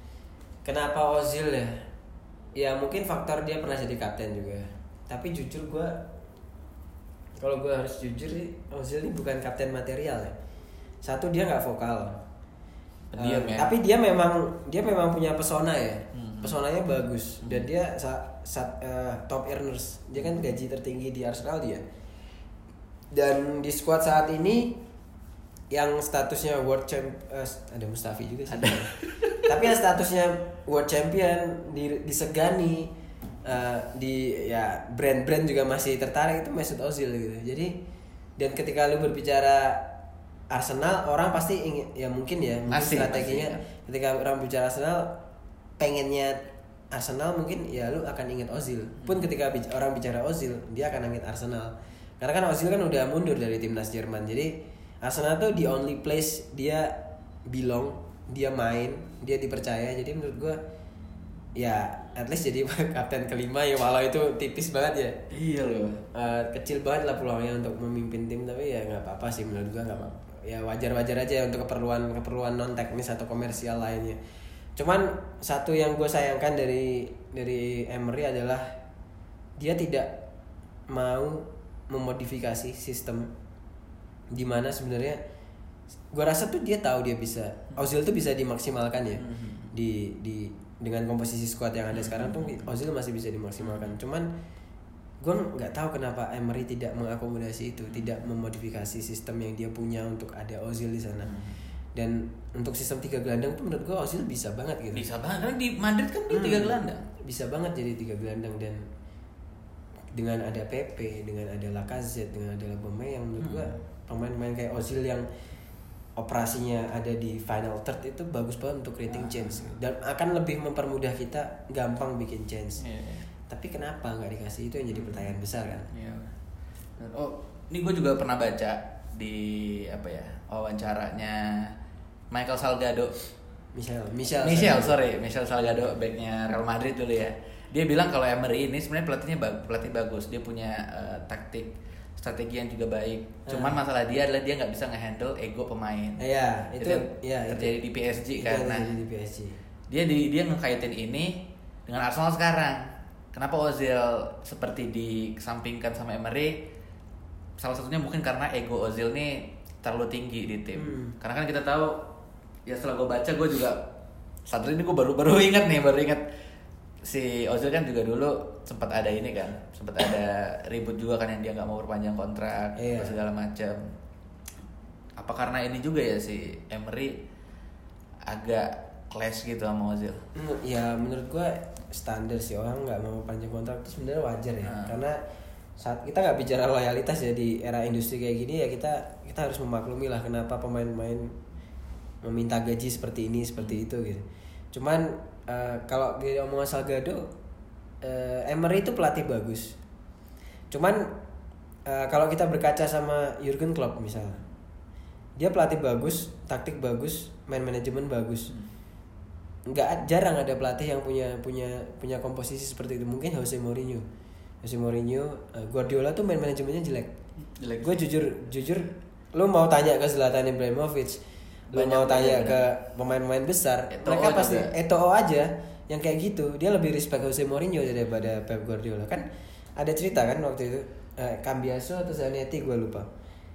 Kenapa Ozil ya? Ya mungkin faktor dia pernah jadi kapten juga. Tapi jujur gue, kalau gue harus jujur sih, Ozil ini bukan kapten material ya. Satu, dia nggak vokal. Pendiam, uh, ya? Tapi dia memang dia memang punya pesona ya. Hmm. Pesonanya bagus dan dia sa, sa, uh, top earners. Dia kan gaji tertinggi di Arsenal dia. Dan di squad saat ini yang statusnya world champ uh, ada Mustafi juga sih. Ada. Tapi yang statusnya world champion di, disegani uh, di ya brand-brand juga masih tertarik itu Mesut Ozil gitu. Jadi dan ketika lu berbicara Arsenal, orang pasti ingin ya mungkin ya mungkin masih, strateginya masih, ya. Ketika orang bicara Arsenal, pengennya Arsenal mungkin ya lu akan ingat Ozil. Pun ketika orang bicara Ozil, dia akan ingat Arsenal. Karena kan Ozil kan udah mundur dari timnas Jerman. Jadi Arsenal tuh the only place dia belong, dia main, dia dipercaya. Jadi menurut gue ya at least jadi kapten kelima ya, walau itu tipis banget ya. Iya loh. Uh, kecil banget lah peluangnya untuk memimpin tim, tapi ya nggak apa-apa sih menurut gue, nggak apa-apa. Ya wajar-wajar aja ya untuk keperluan keperluan non teknis atau komersial lainnya. Cuman satu yang gue sayangkan dari dari Emery adalah dia tidak mau memodifikasi sistem dimana sebenarnya gue rasa tuh dia tahu dia bisa Ozil tuh bisa dimaksimalkan ya mm-hmm. di di dengan komposisi squad yang ada mm-hmm. sekarang tuh Ozil masih bisa dimaksimalkan. Cuman gue nggak tahu kenapa Emery tidak mengakomodasi itu, tidak memodifikasi sistem yang dia punya untuk ada Ozil di sana. Mm-hmm. Dan untuk sistem tiga gelandang tuh menurut gue Ozil bisa banget gitu. Bisa banget karena di Madrid kan dia hmm, tiga gelandang. Bisa banget jadi tiga gelandang dan dengan ada Pepe, dengan ada Lacazette, dengan ada Aubameyang yang menurut hmm. gue pemain-pemain kayak Ozil yang operasinya ada di final third itu bagus banget untuk creating nah. chance dan akan lebih mempermudah kita gampang bikin chance. Yeah, yeah. Tapi kenapa nggak dikasih, itu yang jadi pertanyaan besar kan? Yeah. Oh, ini gue juga pernah baca di apa ya wawancaranya Michael Salgado, Michel, Michel, Michel, sorry, Michel Salgado, backnya Real Madrid dulu ya. Dia bilang kalau Emery ini sebenarnya pelatihnya pelatih bagus, dia punya uh, taktik, strategi yang juga baik. Cuman uh. masalah dia adalah dia nggak bisa ngehandle ego pemain. Iya, itu, itu ya terjadi itu, di P S G karena di P S G. Dia di, dia ngekaitin ini dengan Arsenal sekarang. Kenapa Ozil seperti dikesampingkan sama Emery? Salah satunya mungkin karena ego Ozil nih terlalu tinggi di tim. Hmm. Karena kan kita tahu ya setelah gue baca gue juga saat ini gue baru baru ingat nih baru ingat si Ozil kan juga dulu sempat ada ini kan sempat ada ribut juga kan yang dia nggak mau perpanjang kontrak yeah. segala macam. Apa karena ini juga ya si Emery agak clash gitu sama Ozil? Ya menurut gue standar sih, orang nggak mau perpanjang kontrak itu sebenarnya wajar ya hmm. karena saat kita nggak bicara loyalitas ya di era industri kayak gini ya kita kita harus memaklumi lah kenapa pemain-pemain meminta gaji seperti ini seperti itu gitu. Cuman uh, kalau dia ngomong Salgado, uh, Emery itu pelatih bagus. Cuman uh, kalau kita berkaca sama Jurgen Klopp misalnya, dia pelatih bagus, taktik bagus, main manajemen bagus. Nggak jarang ada pelatih yang punya punya punya komposisi seperti itu. Mungkin Jose Mourinho. Jose Mourinho, uh, Guardiola tuh main manajemennya jelek. Jelek. Gue jujur jujur, lu mau tanya ke Zlatan Ibrahimovic, lu mau tanya ke pemain-pemain besar, Eto'o mereka pasti Eto'o aja yang kayak gitu. Dia lebih respect Jose Mourinho daripada Pep Guardiola. Kan ada cerita kan waktu itu, uh, Cambiaso atau Zanetti gue lupa.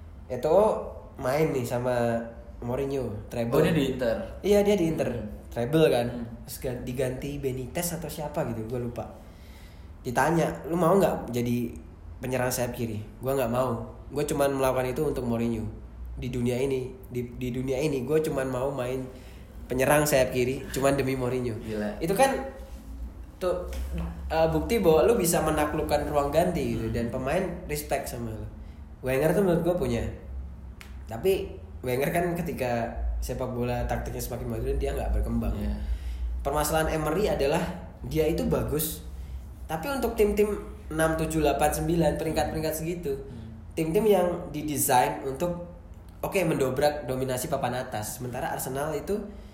Eto'o main nih sama Mourinho, treble. Oh dia di Inter. Iya dia di Inter, hmm. treble kan. Hmm. Terus diganti Benitez atau siapa gitu, gue lupa. Ditanya, lu mau nggak jadi penyerang sayap kiri? Gue nggak mau. Gue cuman melakukan itu untuk Mourinho. Di dunia ini, di di dunia ini, gue cuman mau main penyerang sayap kiri, cuman demi Mourinho. Gila. Itu kan tuh uh, bukti bahwa lu bisa menaklukkan ruang ganti gitu, dan pemain respect sama lu. Wenger tuh menurut gue punya. Tapi Wenger kan ketika sepak bola taktiknya semakin maju dia nggak berkembang. Yeah. Permasalahan Emery adalah dia itu bagus. Tapi untuk tim-tim enam, tujuh, delapan, sembilan peringkat-peringkat segitu, hmm. tim-tim yang didesain untuk oke okay, mendobrak dominasi papan atas. Sementara Arsenal itu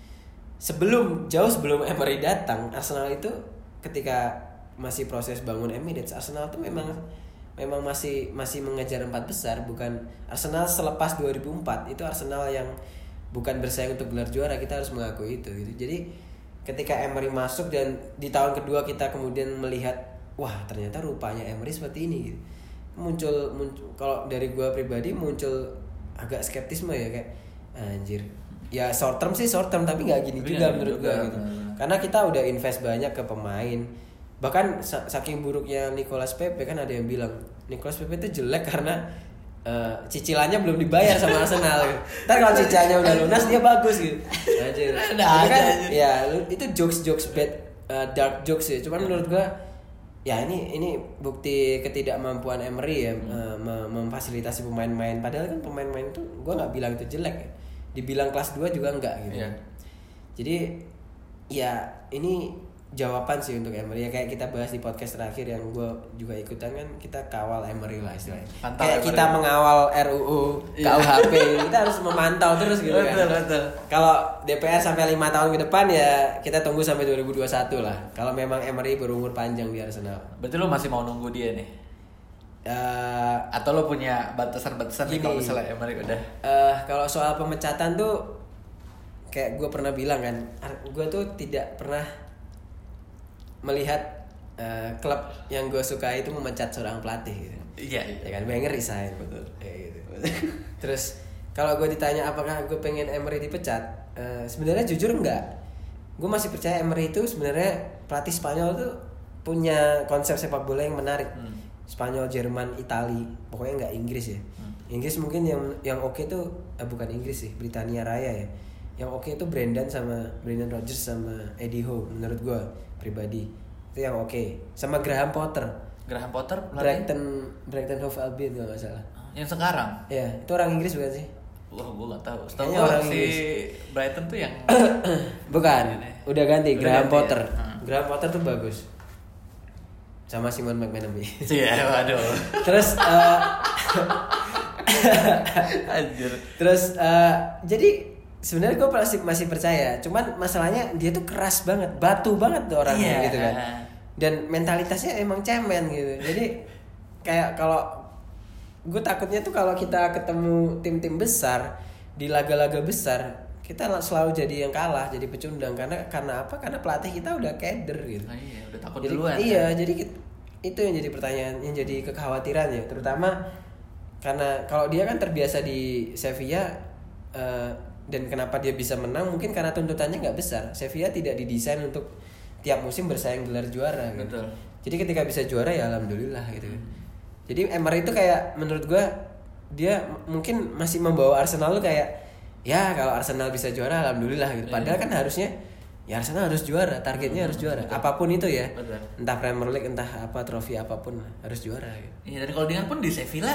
sebelum jauh sebelum Emery datang, Arsenal itu ketika masih proses bangun Emirates, Arsenal itu memang memang masih masih mengejar empat besar, bukan Arsenal selepas dua ribu empat itu Arsenal yang bukan bersaing untuk gelar juara, kita harus mengakui itu gitu. Jadi ketika Emery masuk dan di tahun kedua kita kemudian melihat wah ternyata rupanya Emery seperti ini gitu. Muncul muncul kalau dari gua pribadi muncul agak skeptisme ya kayak anjir. Ya short term sih short term tapi nggak gini tapi juga menurut juga, gua gitu. Bener. Karena kita udah invest banyak ke pemain. Bahkan saking buruknya Nicolas Pepe kan ada yang bilang Nicolas Pepe itu jelek karena Uh, cicilannya belum dibayar sama Arsenal gitu. Ntar kalau cicilannya udah lunas dia bagus gitu. Anjir. Nah, kan ya itu jokes-jokes bad uh, dark jokes ya. Cuman menurut gua ya ini ini bukti ketidakmampuan Emery ya hmm. uh, memfasilitasi pemain-pemain. Padahal kan pemain-pemain itu gua enggak bilang itu jelek ya. Dibilang kelas dua juga enggak gitu. Yeah. Jadi ya ini jawaban sih untuk Emery ya kayak kita bahas di podcast terakhir yang gue juga ikutan kan, kita kawal Emery lah istilahnya. Mantap, kayak Emery. Kita mengawal R U U K U H P kita harus memantau terus gitu kan. Betul, betul. Kalau D P R sampai lima tahun ke depan ya kita tunggu sampai dua ribu dua puluh satu lah. Kalau memang Emery berumur panjang di Arsenal. Berarti lo masih mau nunggu dia nih? Uh, atau lo punya batasan-batasan nih kalau misalnya Emery udah? Uh, kalau soal pemecatan tuh kayak gue pernah bilang kan, gue tuh tidak pernah melihat uh, klub yang gue suka itu memecat seorang pelatih gitu. Iya, iya. Ya kan Wenger resign. Betul. Kayak gitu. Terus kalau gue ditanya apakah gue pengen Emery dipecat, uh, sebenarnya jujur enggak. Gue masih percaya Emery itu sebenarnya pelatih Spanyol tuh punya konsep sepak bola yang menarik. Hmm. Spanyol, Jerman, Itali, pokoknya nggak Inggris ya. Hmm. Inggris mungkin yang yang oke okay tuh eh, bukan Inggris sih, Britania Raya ya. Yang oke okay itu Brendan sama Brendan Rodgers sama Eddie Howe menurut gue pribadi. Itu yang oke. Okay. Sama Graham Potter. Graham Potter Brighton Brighton Hove Albion kalau nggak salah. Yang sekarang? Ya, itu orang Inggris bukan sih? Wah, gue nggak tahu. Setahu gue si Brighton tuh yang bukan. Udah ganti. Udah Graham ganti, Potter. Ya? Hmm. Graham Potter tuh bagus. Sama Simon McManamy. Iya, waduh. Terus uh, anjir. Terus uh, jadi sebenarnya gue masih masih percaya. Cuman masalahnya dia tuh keras banget, batu banget tuh orangnya yeah. gitu kan. Dan mentalitasnya emang cemen gitu. Jadi kayak kalau gue takutnya tuh kalau kita ketemu tim-tim besar di laga-laga besar, kita selalu jadi yang kalah, jadi pecundang karena karena apa? Karena pelatih kita udah keder gitu. Oh iya, udah takut jadi, duluan. Iya, kan? Jadi itu yang jadi pertanyaan, yang jadi kekhawatiran ya, terutama karena kalau dia kan terbiasa di Sevilla uh, dan kenapa dia bisa menang mungkin karena tuntutannya nggak besar. Sevilla tidak didesain untuk tiap musim bersaing gelar juara. Gitu. Betul. Jadi ketika bisa juara ya alhamdulillah gitu. Hmm. Jadi Emery itu kayak menurut gue dia mungkin masih membawa Arsenal tuh kayak ya kalau Arsenal bisa juara alhamdulillah gitu. Padahal kan harusnya ya Arsenal harus juara, targetnya hmm, harus juara. Betul. Apapun itu ya. Betul. Entah Premier League, entah apa trofi apapun harus juara gitu. Iya, dan kalau dengan pun di Sevilla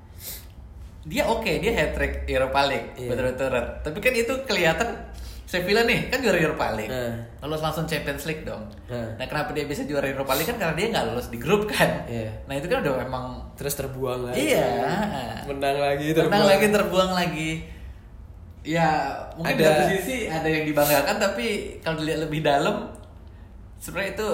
dia oke, okay, dia hat-trick Europa League iya. berturut-turut. Tapi kan itu kelihatan Sevilla nih kan juara Europa League, uh. lolos langsung Champions League dong. Uh. Nah kenapa dia bisa juara Europa League kan karena dia nggak lolos di grup kan. Yeah. Nah itu kan udah memang terus terbuang lagi. Iya. Menang lagi, terbuang. Menang lagi, terbuang lagi. Ya mungkin ada, di satu sisi ada yang dibanggakan tapi kalau dilihat lebih dalam sebenarnya itu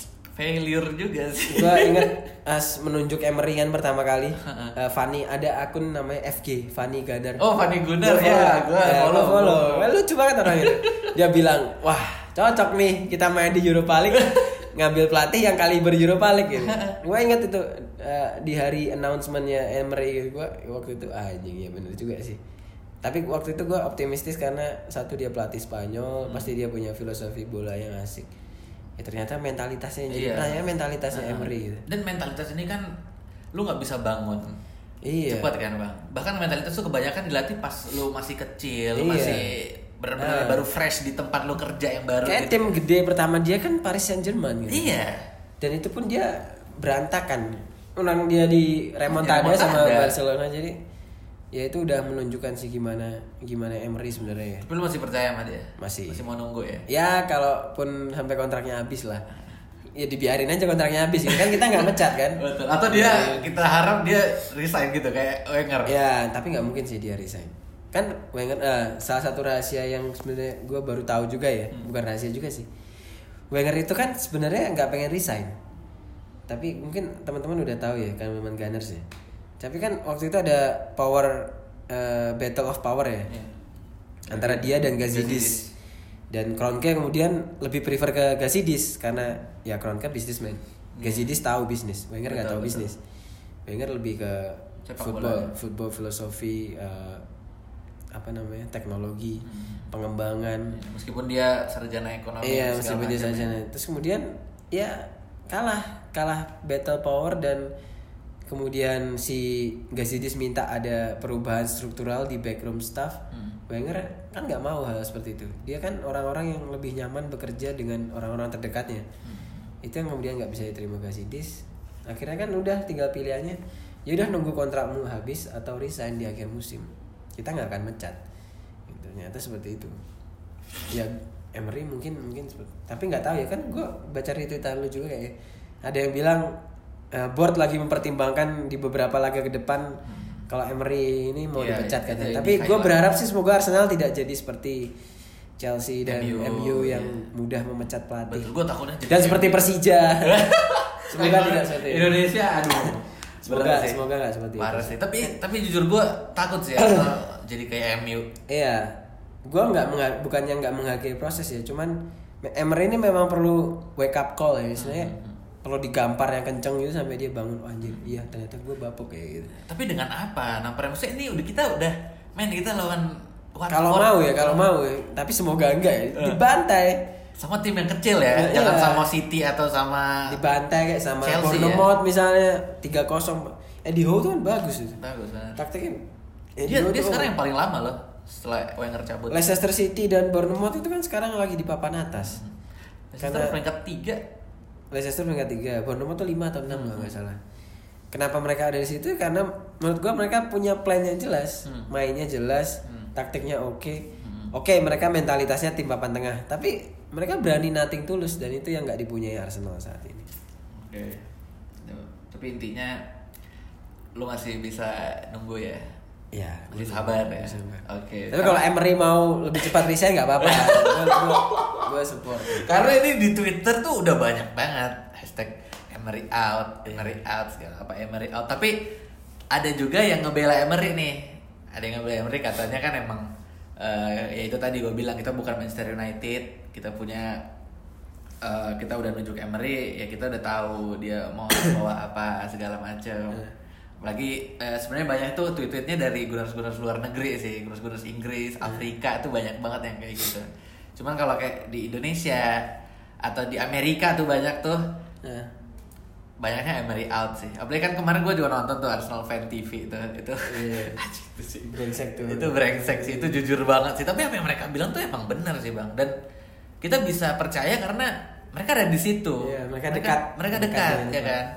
failure juga sih. Gua inget as menunjuk Emery kan pertama kali, uh, Fanny ada akun namanya F G Fanny Gunnar. Oh Fanny Gunnar ya, gue ya, follow. follow. Well, lucu banget orang itu. Dia bilang, wah cocok nih kita main di Europa League, ngambil pelatih yang kaliber Europa League gitu. Gue inget itu uh, di hari announcementnya Emery gitu, gue waktu itu anjing ah, ya bener juga sih. Tapi waktu itu gue optimistis karena satu dia pelatih Spanyol, hmm. pasti dia punya filosofi bola yang asik. Ya ternyata mentalitasnya jadi iya. pertanyaan mentalitasnya uh, Emery gitu. Dan mentalitas ini kan lu nggak bisa bangun iya. cepat kan bang. Bahkan mentalitas tuh kebanyakan dilatih pas lu masih kecil, iya. lu masih benar-benar uh. baru fresh di tempat lu kerja yang baru. Kayak gitu. Tim gede pertama dia kan Paris Saint-Germain gitu. Iya. Dan itu pun dia berantakan. Menang dia di remontada ya, sama Barcelona jadi. Ya itu udah menunjukkan sih gimana gimana Emery sebenarnya ya. Tapi lu masih percaya sama dia? Masih. Masih mau nunggu ya? Ya kalaupun sampai kontraknya habis lah. Ya dibiarin aja kontraknya habis. Kan kita nggak mecat kan? Betul. Atau dia ya, kita harap dia resign gitu kayak Wenger. Ya tapi nggak mungkin sih dia resign. Kan Wenger uh, salah satu rahasia yang sebenarnya gue baru tahu juga ya. Hmm. Bukan rahasia juga sih. Wenger itu kan sebenarnya nggak pengen resign. Tapi mungkin teman-teman udah tahu ya kan memang Gunners ya. Tapi kan waktu itu ada power uh, battle of power ya, yeah. antara dia dan Gazidis. Dan Kroenke kemudian lebih prefer ke Gazidis karena ya Kroenke businessman, yeah. Gazidis tahu bisnis, Wenger nggak tahu bisnis. Wenger lebih ke sepak football, bola. football filosofi, uh, apa namanya teknologi, hmm. pengembangan. Meskipun dia sarjana ekonomi. Iya meskipun dia sarjana. Terus kemudian ya kalah, kalah battle power dan kemudian si Gazidis minta ada perubahan struktural di backroom staff. Hmm. Wenger kan nggak mau hal seperti itu. Dia kan orang-orang yang lebih nyaman bekerja dengan orang-orang terdekatnya. Hmm. Itu yang kemudian nggak bisa diterima Gazidis. Akhirnya kan udah tinggal pilihannya. Ya udah nunggu kontrakmu habis atau resign di akhir musim. Kita nggak akan mecat. Ternyata seperti itu. Ya Emery mungkin mungkin seperti, tapi nggak tahu ya kan. Gue baca retweetan lu juga kayak ada yang bilang Uh, board lagi mempertimbangkan di beberapa laga ke depan hmm. kalau Emery ini mau yeah, dipecat katanya. Tapi gue berharap sih semoga Arsenal tidak jadi seperti Chelsea dan M U, M U yang yeah. mudah memecat pelatih. Betul, gue takutnya jadi dan seperti Persija. Semoga tidak seperti itu. Indonesia, aduh. Semoga semoga nggak seperti Parah itu. Sih. Tapi tapi jujur gue takut sih Arsenal jadi kayak M U. Iya, gue nggak mengha- bukannya nggak menghargai proses ya, cuman Emery ini memang perlu wake up call ya, istilahnya. Hmm. kalau digampar yang kenceng gitu sampai dia bangun, oh, anjir, iya ternyata gue bapuk kayak gitu. Tapi dengan apa? Nampar maksudnya ini udah kita udah main kita lawan kalau mau ya, kalau mau ya. Tapi semoga enggak ya. Dibantai sama tim yang kecil ya. Jangan iya. sama City atau sama dibantai kayak sama Bournemouth ya? Misalnya tiga kosong. Eddie Howe tuh kan bagus itu. Bagus banget. Taktiknya. Dia, dia sekarang yang paling lama loh setelah Wenger cabut. Leicester City dan Bournemouth itu kan sekarang lagi di papan atas. Hmm. Leicester peringkat tiga. Leicester peringkat tiga, Bournemouth tuh lima atau enam kalau nggak salah. Kenapa mereka ada di situ? Karena menurut gua mereka punya plan yang jelas, hmm. mainnya jelas, hmm. taktiknya oke. Okay. Hmm. Oke, okay, mereka mentalitasnya tim papan tengah, tapi mereka berani nothing tulus dan itu yang nggak dipunyai Arsenal saat ini. Oke. Okay. Tapi intinya lu masih bisa nunggu ya. Ya, masih sabar ya. Oke. Okay. Tapi kalau Emery mau lebih cepat resign nggak apa-apa. Gue support. Karena ini di Twitter tuh udah banyak banget hashtag Emery out, Emery out segala apa Emery out. Tapi ada juga yang ngebela Emery nih. Ada yang ngebela Emery katanya kan emang uh, ya itu tadi gue bilang kita bukan Manchester United, kita punya uh, kita udah nunjuk Emery, ya kita udah tahu dia mau bawa apa segala macam. Apalagi eh, sebenarnya banyak tuh tweet-tweetnya dari gurus-gurus luar negeri sih, gurus-gurus Inggris, Afrika tuh banyak banget yang kayak gitu. Cuman kalau kayak di Indonesia atau di Amerika tuh banyak tuh, uh. banyaknya Emery out sih. Apalagi kan kemarin gue juga nonton tuh Arsenal Fan T V itu, itu, yeah. itu sih. Brengsek tuh. Itu brengsek sih, itu jujur banget sih. Tapi apa yang mereka bilang tuh emang benar sih bang. Dan kita bisa percaya karena mereka ada di situ. Yeah, mereka dekat. Mereka, mereka dekat, dekat ya kan.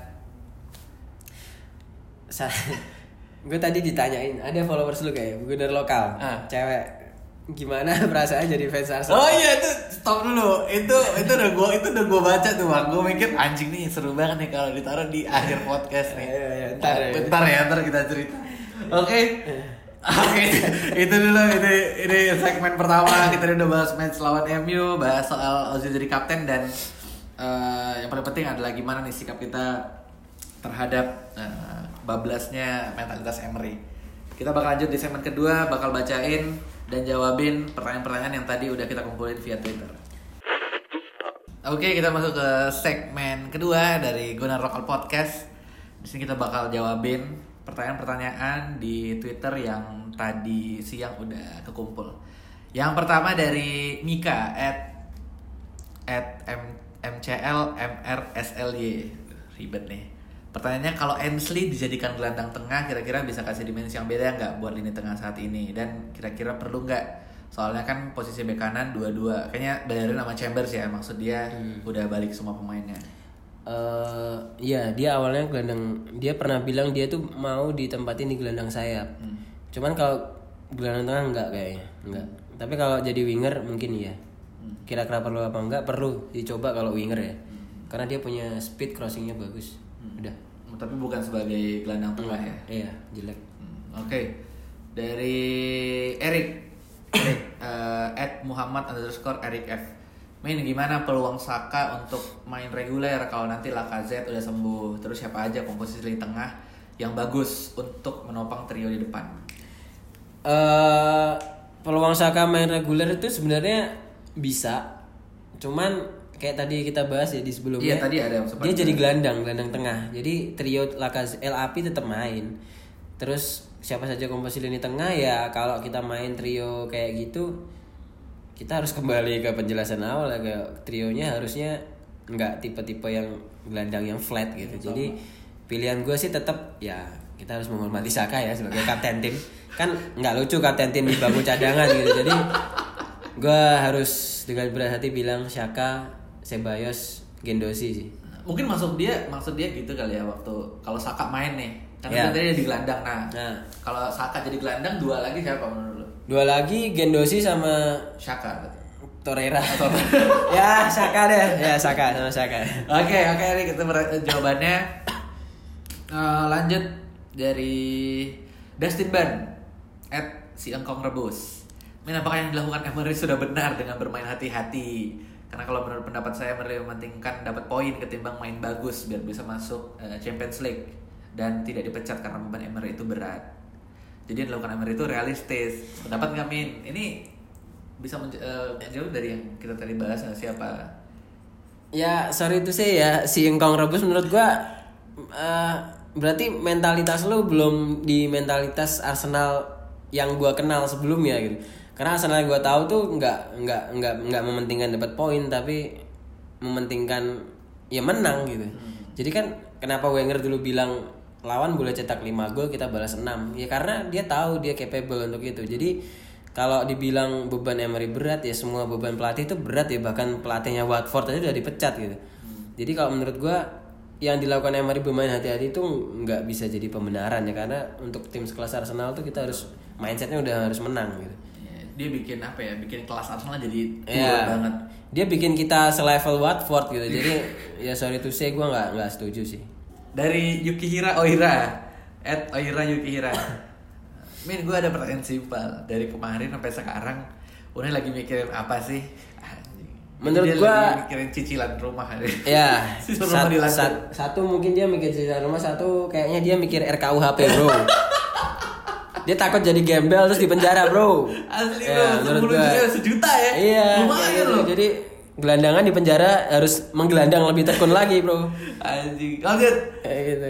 Gue tadi ditanyain ada followers lu kayak bener lokal ah. cewek gimana perasaan jadi fans Arsenal. Oh iya itu stop dulu itu itu udah gue itu udah gue baca tuh bang. Gue mikir anjing nih seru banget nih kalau ditaruh di akhir podcast nih. Iya, iya, ntar, ya. Bentar ya ntar kita cerita. Oke okay. Oke okay. Itu dulu ini ini segmen pertama kita udah bahas match lawan M U, bahas soal Ozil jadi kapten dan uh, yang paling penting adalah gimana nih sikap kita terhadap uh, bablasnya mentalitas Emery. Kita bakal lanjut di segmen kedua, bakal bacain dan jawabin pertanyaan-pertanyaan yang tadi udah kita kumpulin via Twitter. Oke, kita masuk ke segmen kedua dari Gunnar Lokal Podcast. Di sini kita bakal jawabin pertanyaan-pertanyaan di Twitter yang tadi siang udah kekumpul. Yang pertama dari Mika at at M C L M R S L Y. Ribet nih. Pertanyaannya kalau Ainsley dijadikan gelandang tengah kira-kira bisa kasih dimensi yang beda nggak buat lini tengah saat ini dan kira-kira perlu nggak? Soalnya kan posisi bek kanan dua-dua kayaknya Bellerin sama Chambers ya maksud dia hmm. udah balik semua pemainnya. Uh, iya dia awalnya gelandang dia pernah bilang dia tuh mau ditempatin di gelandang sayap. Hmm. Cuman kalau gelandang tengah nggak kayaknya nggak. Hmm. Tapi kalau jadi winger mungkin iya. Hmm. Kira-kira perlu apa enggak? Perlu dicoba kalau winger ya. Hmm. Karena dia punya speed crossingnya bagus. Udah. Tapi bukan sebagai gelandang tengah ya? Iya, jelek. Hmm, Oke, okay. Dari Eric, Eric uh, at Muhammad underscore Eric F. Main gimana peluang Saka untuk main reguler kalau nanti Lacazette udah sembuh? Terus siapa aja komposisi lini tengah yang bagus untuk menopang trio di depan? Uh, peluang Saka main reguler itu sebenarnya bisa, cuman kayak tadi kita bahas ya di sebelumnya. Iya, tadi ada dia jadi gelandang, gelandang tengah. Jadi trio Lacazette, L A P tetap main. Terus siapa saja komposisi lini tengah ya kalau kita main trio kayak gitu kita harus kembali ke penjelasan awal ya, ke trionya harusnya nggak tipe-tipe yang gelandang yang flat gitu. Jadi pilihan gue sih tetap ya kita harus menghormati Saka ya sebagai kapten tim. Kan nggak lucu kapten tim di bangku cadangan gitu. Jadi gue harus dengan berat hati bilang Saka, Ceballos, Guendouzi sih. Mungkin maksud dia maksud dia gitu kali ya waktu kalau Saka main nih. Karena ya. Tadi dia di gelandang. Nah, nah, kalau Saka jadi gelandang dua lagi siapa menurut lu? Dua lagi Guendouzi sama Saka. Torreira. Ya, Saka deh. Ya, Saka sama Saka. Oke, oke okay, ini kita ber- jawabannya uh, lanjut dari Dustin Ban at si Engkong Rebus. Men, apakah yang dilakukan Emery sudah benar dengan bermain hati-hati? Karena kalau menurut pendapat saya Emery mementingkan dapat poin ketimbang main bagus biar bisa masuk uh, Champions League dan tidak dipecat karena beban Emery itu berat. Jadi yang dilakukan Emery itu realistis. Pendapat nggak Min? Ini bisa menjauh uh, dari yang kita tadi bahas siapa? Ya sorry itu sih ya si Engkong Rebus menurut gua uh, berarti mentalitas lu belum di mentalitas Arsenal yang gua kenal sebelumnya gitu. Karena Arsenal yang gua tahu tuh nggak nggak nggak nggak mementingkan dapat poin tapi mementingkan ya menang gitu. Hmm. Jadi kan kenapa Wenger dulu bilang lawan boleh cetak lima gol kita balas enam ya karena dia tahu dia capable untuk itu. Jadi kalau dibilang beban Emery berat ya semua beban pelatih itu berat ya bahkan pelatihnya Watford aja udah dipecat gitu. Hmm. Jadi kalau menurut gua yang dilakukan Emery bermain hati-hati itu nggak bisa jadi pembenaran ya karena untuk tim sekelas Arsenal tuh kita harus mindsetnya udah harus menang gitu. Dia bikin apa ya bikin kelas Arsenal jadi tua ya, banget. Dia bikin kita selevel Watford gitu. Jadi ya sorry to say gua nggak nggak setuju sih. Dari Yukihira Oira at Oira Yukihira. Min, gue ada pertanyaan simpel. Dari kemarin sampai sekarang Unai lagi mikirin apa sih? Menurut dia gue lagi mikirin cicilan rumah. Ya sat, sat, Satu mungkin dia mikir cicilan rumah. Satu kayaknya dia mikir R K U H P bro. Dia takut jadi gembel terus dipenjara bro. Asli ya, bro, sepuluh juta sejuta ya. Iya. Lumayan loh. Jadi gelandangan di penjara harus menggelandang lebih tekun lagi bro. Anjing. Lanjut. Kayak gitu.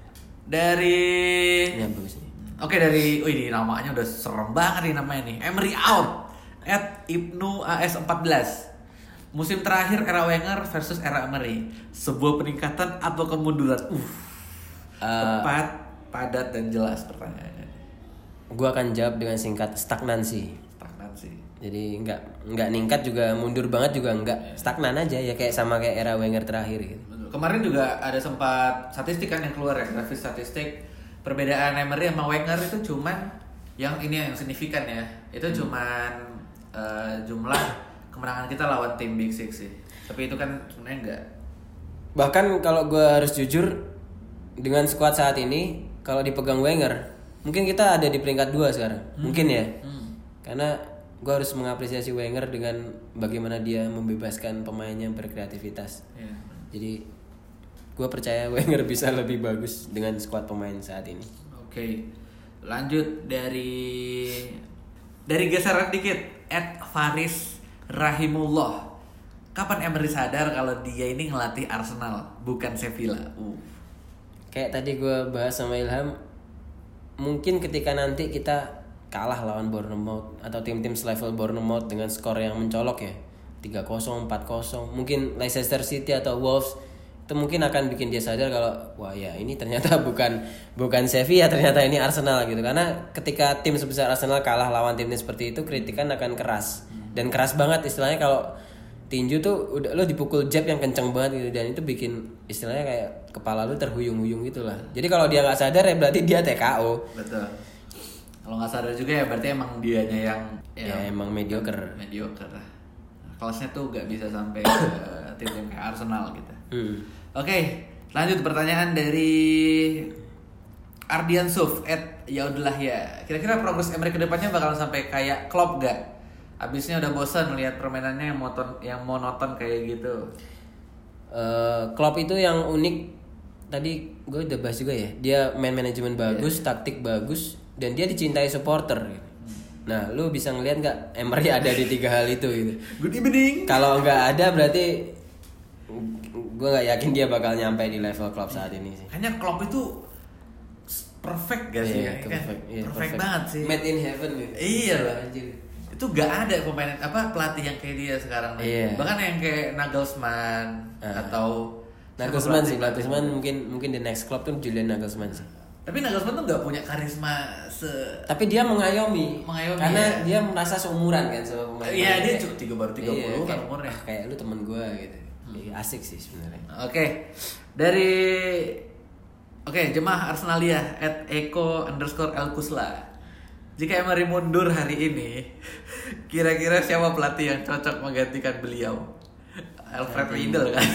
Dari. Ya bagus nih. Oke dari. Wih ini namanya udah serem banget nih namanya nih. Emery out. At Ibnu A S empat belas. Musim terakhir era Wenger versus era Emery. Sebuah peningkatan atau kemunduran? Uh. uh Tepat, padat dan jelas pertanyaannya. Gua akan jawab dengan singkat stagnansi. Jadi nggak nggak ningkat juga mundur banget juga nggak stagnan aja ya kayak sama kayak era Wenger terakhir gitu. Kemarin juga ada sempat statistik kan yang keluar ya grafis statistik perbedaan Emery sama Wenger itu cuman yang ini yang signifikan ya itu hmm. cuman uh, jumlah kemenangan kita lawan tim Big Six sih. Tapi itu kan sebenarnya enggak. Bahkan kalau gue harus jujur dengan skuad saat ini kalau dipegang Wenger mungkin kita ada di peringkat dua sekarang hmm. mungkin ya hmm. karena gue harus mengapresiasi Wenger dengan bagaimana dia membebaskan pemainnya berkreativitas. Yeah. Jadi gue percaya Wenger bisa lebih bagus dengan skuad pemain saat ini. Oke, okay. Lanjut dari dari geseran dikit. At Faris Rahimullah. Kapan Emery sadar kalau dia ini ngelatih Arsenal bukan Sevilla? Uh. Kayak tadi gue bahas sama Ilham, mungkin ketika nanti kita kalah lawan Bournemouth atau tim-tim selevel Bournemouth dengan skor yang mencolok ya tiga kosong, empat kosong, mungkin Leicester City atau Wolves itu mungkin akan bikin dia sadar kalau wah ya ini ternyata bukan bukan Sevilla, ternyata ini Arsenal gitu. Karena ketika tim sebesar Arsenal kalah lawan tim seperti itu kritikan akan keras dan keras banget istilahnya. Kalau tinju tuh udah lo dipukul jab yang kenceng banget gitu dan itu bikin istilahnya kayak kepala lo terhuyung-huyung gitulah. Jadi kalau dia nggak sadar ya berarti dia T K O. Betul. Kalau nggak sadar juga ya berarti emang dianya yang ya, ya emang mediocre. Mediocre. Kelasnya tuh nggak bisa sampai ke tim-tim kayak Arsenal gitu. Hmm. Oke, lanjut pertanyaan dari Ardian Suf at Yaudlah ya. Kira-kira progres Emery kedepannya bakalan sampai kayak Klopp gak? Abisnya udah bosan melihat permainannya yang monoton, yang monoton kayak gitu. Uh, Klopp itu yang unik. Tadi gue udah bahas juga ya. Dia main manajemen bagus, yeah. taktik bagus. Dan dia dicintai supporter gitu. Nah lu bisa ngeliat gak Emery ada di tiga hal itu gitu. Good evening. Kalau gak ada berarti gue gak yakin dia bakal nyampe di level Klopp saat ini sih. Kayaknya Klopp itu perfect gak sih? Yeah, perfect, yeah, perfect, perfect banget sih. Made in heaven gitu. Iya lah. Itu gak ada pemain apa pelatih yang kayak dia sekarang. Yeah. Bahkan yang kayak Nagelsmann uh. atau Nagelsmann sih, Nagelsmann mungkin mungkin the next Klopp tuh Julian Nagelsmann sih. Tapi Nagelsmann tuh nggak punya karisma se. Tapi dia mengayomi. Mengayomi. Karena ya. dia merasa seumuran kan sama pemain. Iya dia cuma tiga baru tiga puluh kan umurnya. Ah, kayak lu temen gue gitu. Hmm. Asik sih sebenarnya. Oke okay. Dari Oke okay, jemaah Arsenalia at Eko underscore El Kusla. Jika Emery mundur hari ini, kira-kira siapa pelatih yang cocok menggantikan beliau? Alfred Riedel kan?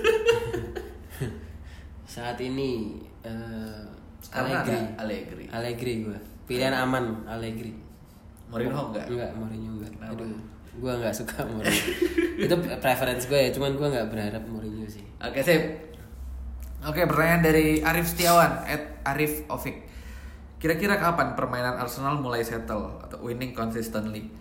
Saat ini. Uh... Allegri. Allegri. Allegri gue. Pilihan aman Allegri. Mourinho enggak? Enggak, Mourinho enggak. Kenapa? Aduh, gue enggak suka Mourinho. Itu preference gue ya, cuman gue enggak berharap Mourinho sih. Oke, sip. Oke, pertanyaan dari Arif Setiawan at Arif Ovik. Kira-kira kapan permainan Arsenal mulai settle atau winning consistently?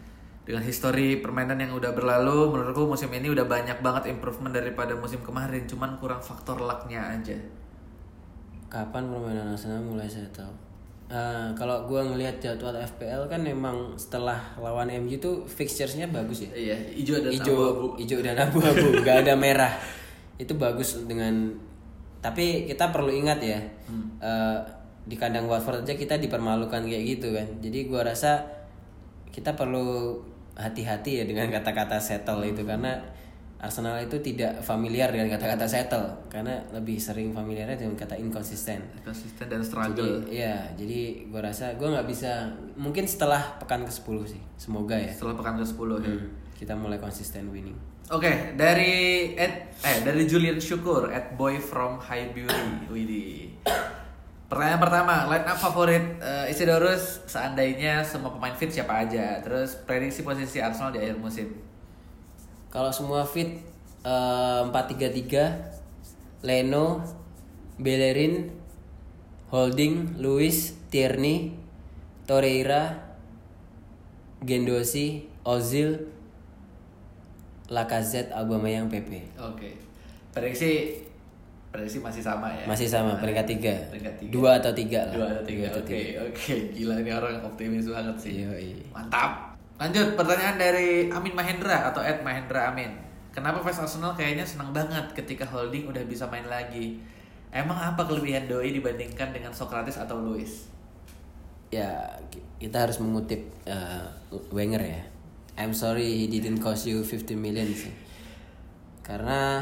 dengan histori permainan yang udah berlalu, menurutku musim ini udah banyak banget improvement daripada musim kemarin, cuman kurang faktor luck-nya aja. Kapan permainan Arsenal mulai settle? Uh, kalau gue ngelihat jadwal F P L kan memang setelah lawan M U tuh fixtures-nya bagus ya. Iya, hijau dan hijau, abu-abu. Hijau dan abu-abu, nggak ada merah. Itu bagus dengan. Tapi kita perlu ingat ya, hmm. uh, di kandang Watford aja kita dipermalukan kayak gitu kan. Jadi gue rasa kita perlu hati-hati ya dengan kata-kata settle hmm. itu karena Arsenal itu tidak familiar dengan kata-kata settle karena lebih sering familiarnya dengan kata inconsistent. Inconsistent dan struggle. Jadi, ya, jadi gue rasa gue nggak bisa. Mungkin setelah pekan ke sepuluh sih. Semoga ya. Setelah pekan ke sepuluh hmm. ya. Kita mulai konsisten winning. Oke, okay, dari Ed, eh dari Julian Syukur, at boy from Highbury. Widih. Pertanyaan pertama, line up favorit uh, Isidorus seandainya semua pemain fit siapa aja? Terus prediksi posisi Arsenal di akhir musim. Kalau semua fit uh, empat tiga tiga, Leno, Bellerin, Holding, Luis, Tierney, Torreira, Gendosi, Ozil, Lacazette, Aubameyang, Pepe. Oke. Prediksi prediksi masih sama ya. Masih sama, peringkat tiga. Peringkat tiga. Dua atau tiga lah. Dua atau tiga. Oke, oke. Okay. Gila ini orang optimis banget sih. Yoi. Mantap. Lanjut, pertanyaan dari Amin Mahendra atau Ed Mahendra Amin. Kenapa fans Arsenal kayaknya senang banget ketika Holding udah bisa main lagi? Emang apa kelebihan Doi dibandingkan dengan Sokratis atau Luis? Ya, kita harus mengutip uh, Wenger ya. I'm sorry he didn't cost you fifty million sih. Karena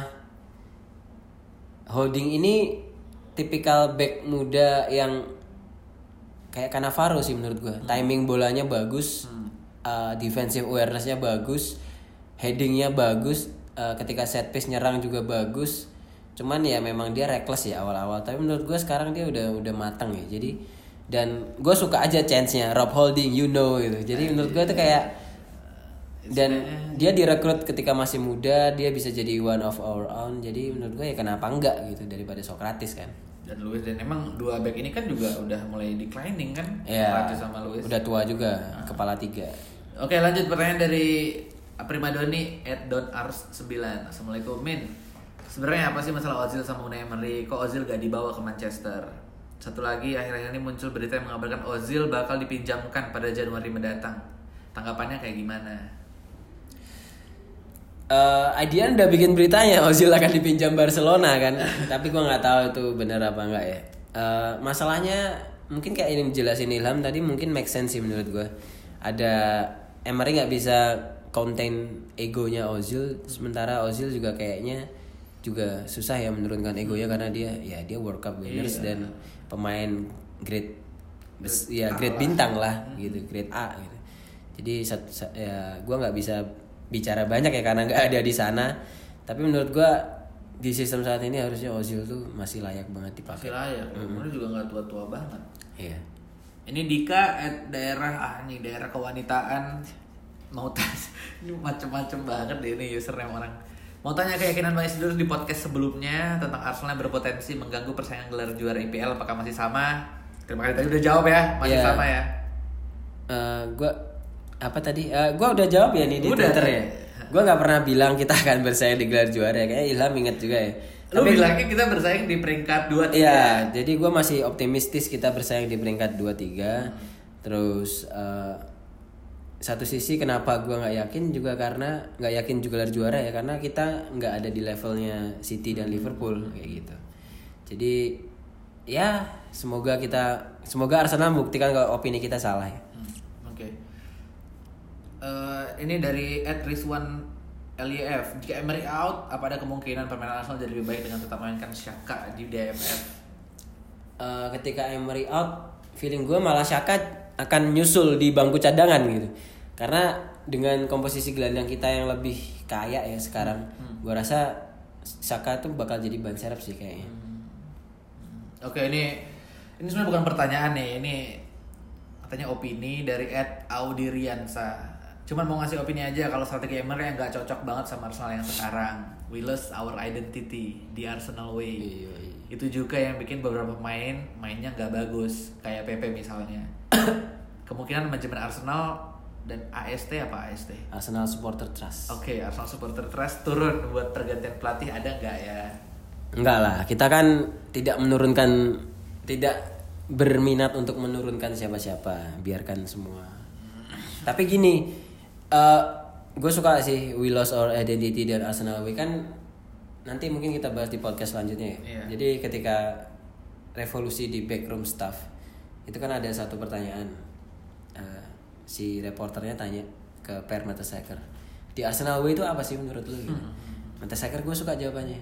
Holding ini tipikal back muda yang kayak Cannavaro sih menurut gue. Hmm. Timing bolanya bagus. Hmm. Uh, defensive awareness-nya bagus, heading-nya bagus, uh, ketika set piece nyerang juga bagus. Cuman ya memang dia reckless ya awal-awal. Tapi menurut gue sekarang dia udah udah matang ya. Jadi dan gue suka aja chance-nya Rob Holding, you know gitu. Jadi menurut gue tuh kayak dan dia direkrut ketika masih muda, dia bisa jadi one of our own. Jadi menurut gue ya kenapa enggak gitu daripada Sokratis kan. Dan Luis dan emang dua back ini kan juga udah mulai declining kan? Iya. Sama Luis. Udah tua juga, nah. Kepala tiga. Oke, lanjut pertanyaan dari Primadoni at don ars sembilan. Assalamualaikum Min. Sebenarnya apa sih masalah Ozil sama Unai Emery? Kok Ozil gak dibawa ke Manchester? Satu lagi, akhir-akhir ini muncul berita yang mengabarkan Ozil bakal dipinjamkan pada Januari mendatang. Tanggapannya kayak gimana? Uh, Adian udah bikin beritanya Ozil akan dipinjam Barcelona kan. Tapi gue nggak tahu itu benar apa enggak ya. Uh, masalahnya mungkin kayak ini jelasin Ilham tadi mungkin make sense sih menurut gue. Ada Emery nggak bisa contain egonya Ozil, sementara Ozil juga kayaknya juga susah ya menurunkan egonya karena dia ya dia World Cup winners iya. Dan pemain grade ya grade bintang lah gitu, grade A gitu. Jadi ya gue nggak bisa bicara banyak ya karena nggak ada di sana. Tapi menurut gue di sistem saat ini harusnya Ozil tuh masih layak banget dipakai. Masih layak, umurnya mm-hmm. juga nggak tua-tua banget. Iya. Ini Dika at daerah ah nih daerah kewanitaan mau tas ini macem-macem banget deh ini username orang. Mau tanya keyakinan Bang Isidorus di podcast sebelumnya tentang Arsenal yang berpotensi mengganggu persaingan gelar juara I P L, apakah masih sama? Terima kasih tadi udah jawab ya, masih yeah. sama ya. Uh, gue apa tadi? Uh, gue udah jawab ya nih di udah, Twitter ya. Gue nggak pernah bilang kita akan bersaing di gelar juara, kayaknya Ilham inget juga ya. Lu tapi bilangnya kita bersaing di peringkat dua tiga. Iya, jadi gue masih optimistis kita bersaing di peringkat dua tiga. Hmm. Terus uh, satu sisi kenapa gue nggak yakin juga karena nggak yakin juga gelar juara ya karena kita nggak ada di levelnya City dan Liverpool kayak gitu. Jadi ya semoga kita semoga Arsenal membuktikan kalau opini kita salah ya. Hmm, Oke. Okay. Uh, ini dari Ed Rizwan L Y F. Jika Emery out, apa ada kemungkinan permainan Arsenal jadi lebih baik dengan tetap mainkan Xhaka di D M F? Uh, ketika Emery out, feeling gue malah Xhaka akan nyusul di bangku cadangan gitu. Karena dengan komposisi gelandang kita yang lebih kaya ya sekarang, hmm. gue rasa Xhaka tuh bakal jadi ban serep sih kayaknya. Hmm. Oke, ini ini sebenarnya bukan pertanyaan nih, ini katanya opini dari Ed Audiriansa. Cuman mau ngasih opini aja kalau strategi Emery yang gak cocok banget sama Arsenal yang sekarang. We lost our identity di Arsenal way. Iya, iya. Itu juga yang bikin beberapa pemain mainnya gak bagus, kayak Pepe misalnya. Kemungkinan manajemen Arsenal Dan A S T apa A S T? Arsenal Supporter Trust. Oke, okay, Arsenal Supporter Trust turun buat pergantian pelatih ada nggak ya? Enggak lah, kita kan tidak menurunkan, tidak berminat untuk menurunkan siapa-siapa, biarkan semua. Tapi gini, uh, gue suka sih We Lost Our Identity dan Arsenal Way, kan nanti mungkin kita bahas di podcast selanjutnya ya. Yeah. Jadi ketika revolusi di backroom staff itu kan ada satu pertanyaan, uh, si reporternya tanya ke Per Mertesacker, di Arsenal Way itu apa sih menurut lu? Gitu. Hmm. Mertesacker gue suka jawabannya,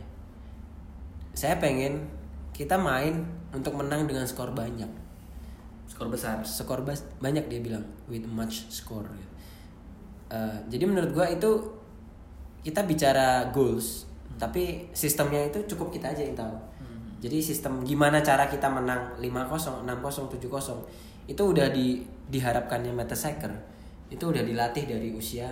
saya pengen kita main untuk menang dengan skor banyak, skor besar, skor bas- banyak dia bilang, with much score. Uh, jadi menurut gue itu kita bicara goals, hmm. tapi sistemnya itu cukup kita aja yang tahu. Hmm. Jadi sistem gimana cara kita menang lima nol, enam nol, tujuh nol itu udah di diharapkannya Mertesacker itu udah dilatih dari usia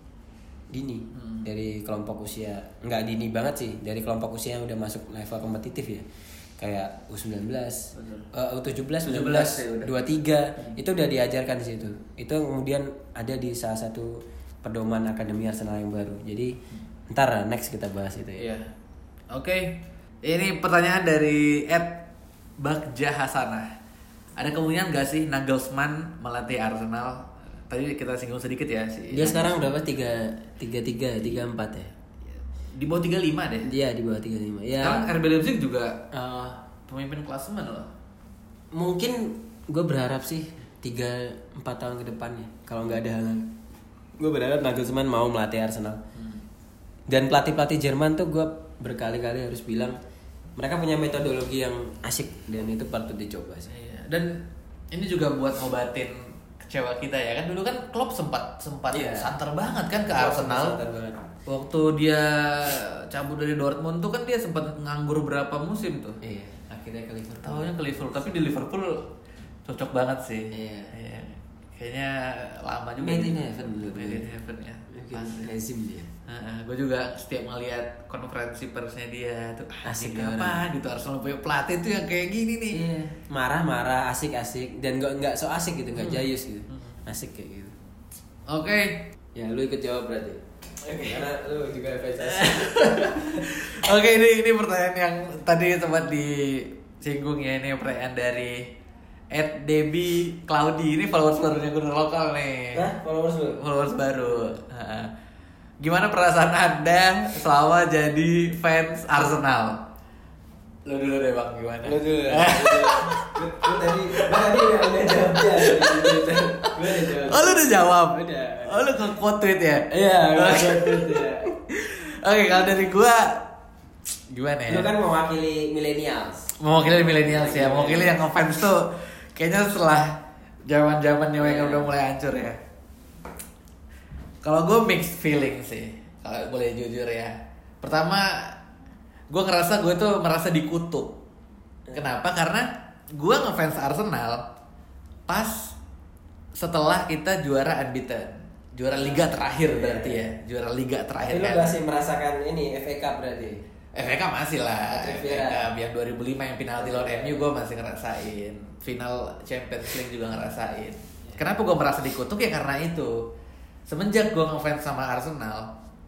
dini, hmm. dari kelompok usia nggak dini banget sih, dari kelompok usia yang udah masuk level kompetitif ya, kayak U sembilan belas, uh, U tujuh belas, sembilan belas, dua puluh tiga hmm. itu udah diajarkan di situ. Itu kemudian ada di salah satu pedoman Akademi Arsenal yang baru. Jadi hmm. ntar next kita bahas itu ya. Iya. Oke. Okay. Ini pertanyaan dari Ed Bagja Hasanah. Ada kemungkinan gak sih Nagelsmann melatih Arsenal? Tadi kita singgung sedikit ya sih. Dia sekarang berapa? tiga tiga tiga tiga empat ya? Di bawah tiga puluh lima deh. Iya, di bawah tiga puluh lima. Ya. Sekarang R B Leipzig juga uh, pemimpin klasemen loh. Mungkin gue berharap sih tiga empat tahun ke depannya kalau nggak ada halangan. Gue berharap Nagelsmann mau melatih Arsenal. Hmm. Dan pelatih-pelatih Jerman tuh gue berkali-kali harus bilang mereka punya metodologi yang asik dan itu patut dicoba sih. Iya. Dan ini juga buat ngobatin kecewa kita ya kan, dulu kan Klopp sempat sempat yeah. santer banget kan ke Klopp Arsenal. Banget. Waktu dia cabut dari Dortmund tuh kan dia sempat nganggur berapa musim tuh. Iya. Akhirnya ke Liverpool. Tahunya ke Liverpool, tapi di Liverpool cocok banget sih. Iya. Iya. Kayaknya lama juga. Made in heaven dulu. Made in heaven ya. Lazim dia. Uh, gue juga setiap ngeliat konferensi persnya dia tuh asik apa gitu, Arsenal punya pelatih tuh yang kayak gini nih. Iya. Marah-marah, asik-asik dan nggak nggak so asik gitu, nggak hmm. jayus gitu. Hmm. Asik kayak gitu. Oke. Okay. Ya lu ikut jawab berarti. Oke. Okay. Karena lu juga fans. Oke, okay, ini ini pertanyaan yang tadi sempat disinggung ya, ini pertanyaan dari Ed Debbie Claudi, ini followers barunya Gunner Lokal nih. Hah? Followers baru? Followers baru. Uh, gimana perasaan Anda selama jadi fans Arsenal? Lu dulu deh Bang, gimana? Lu dulu. Lu tadi, lu tadi udah jawab ya. Oh lu udah jawab? Udah. Oh lu nge-quote tweet ya? Iya, nge-quote tweet ya. Oke, kalau dari gua gimana ya? Lu kan mewakili millennials. Mewakili millennials ya, mewakili yang ngefans tuh kayaknya setelah zaman-zamannya yang udah mulai hancur ya. Kalau gue mixed feeling sih, kalau boleh jujur ya. Pertama, gue ngerasa gue tuh merasa dikutuk. Kenapa? Karena gue ngefans Arsenal pas setelah kita juara unbeaten, juara liga terakhir berarti ya, juara liga terakhir. Tapi kan? Lu masih merasakan ini F A Cup berarti? F A Cup masih lah, F A Cup yang dua ribu lima yang penalti lawan M U gue masih ngerasain, final Champions League juga ngerasain. Kenapa gue merasa dikutuk ya karena itu. Semenjak gue ngefans sama Arsenal,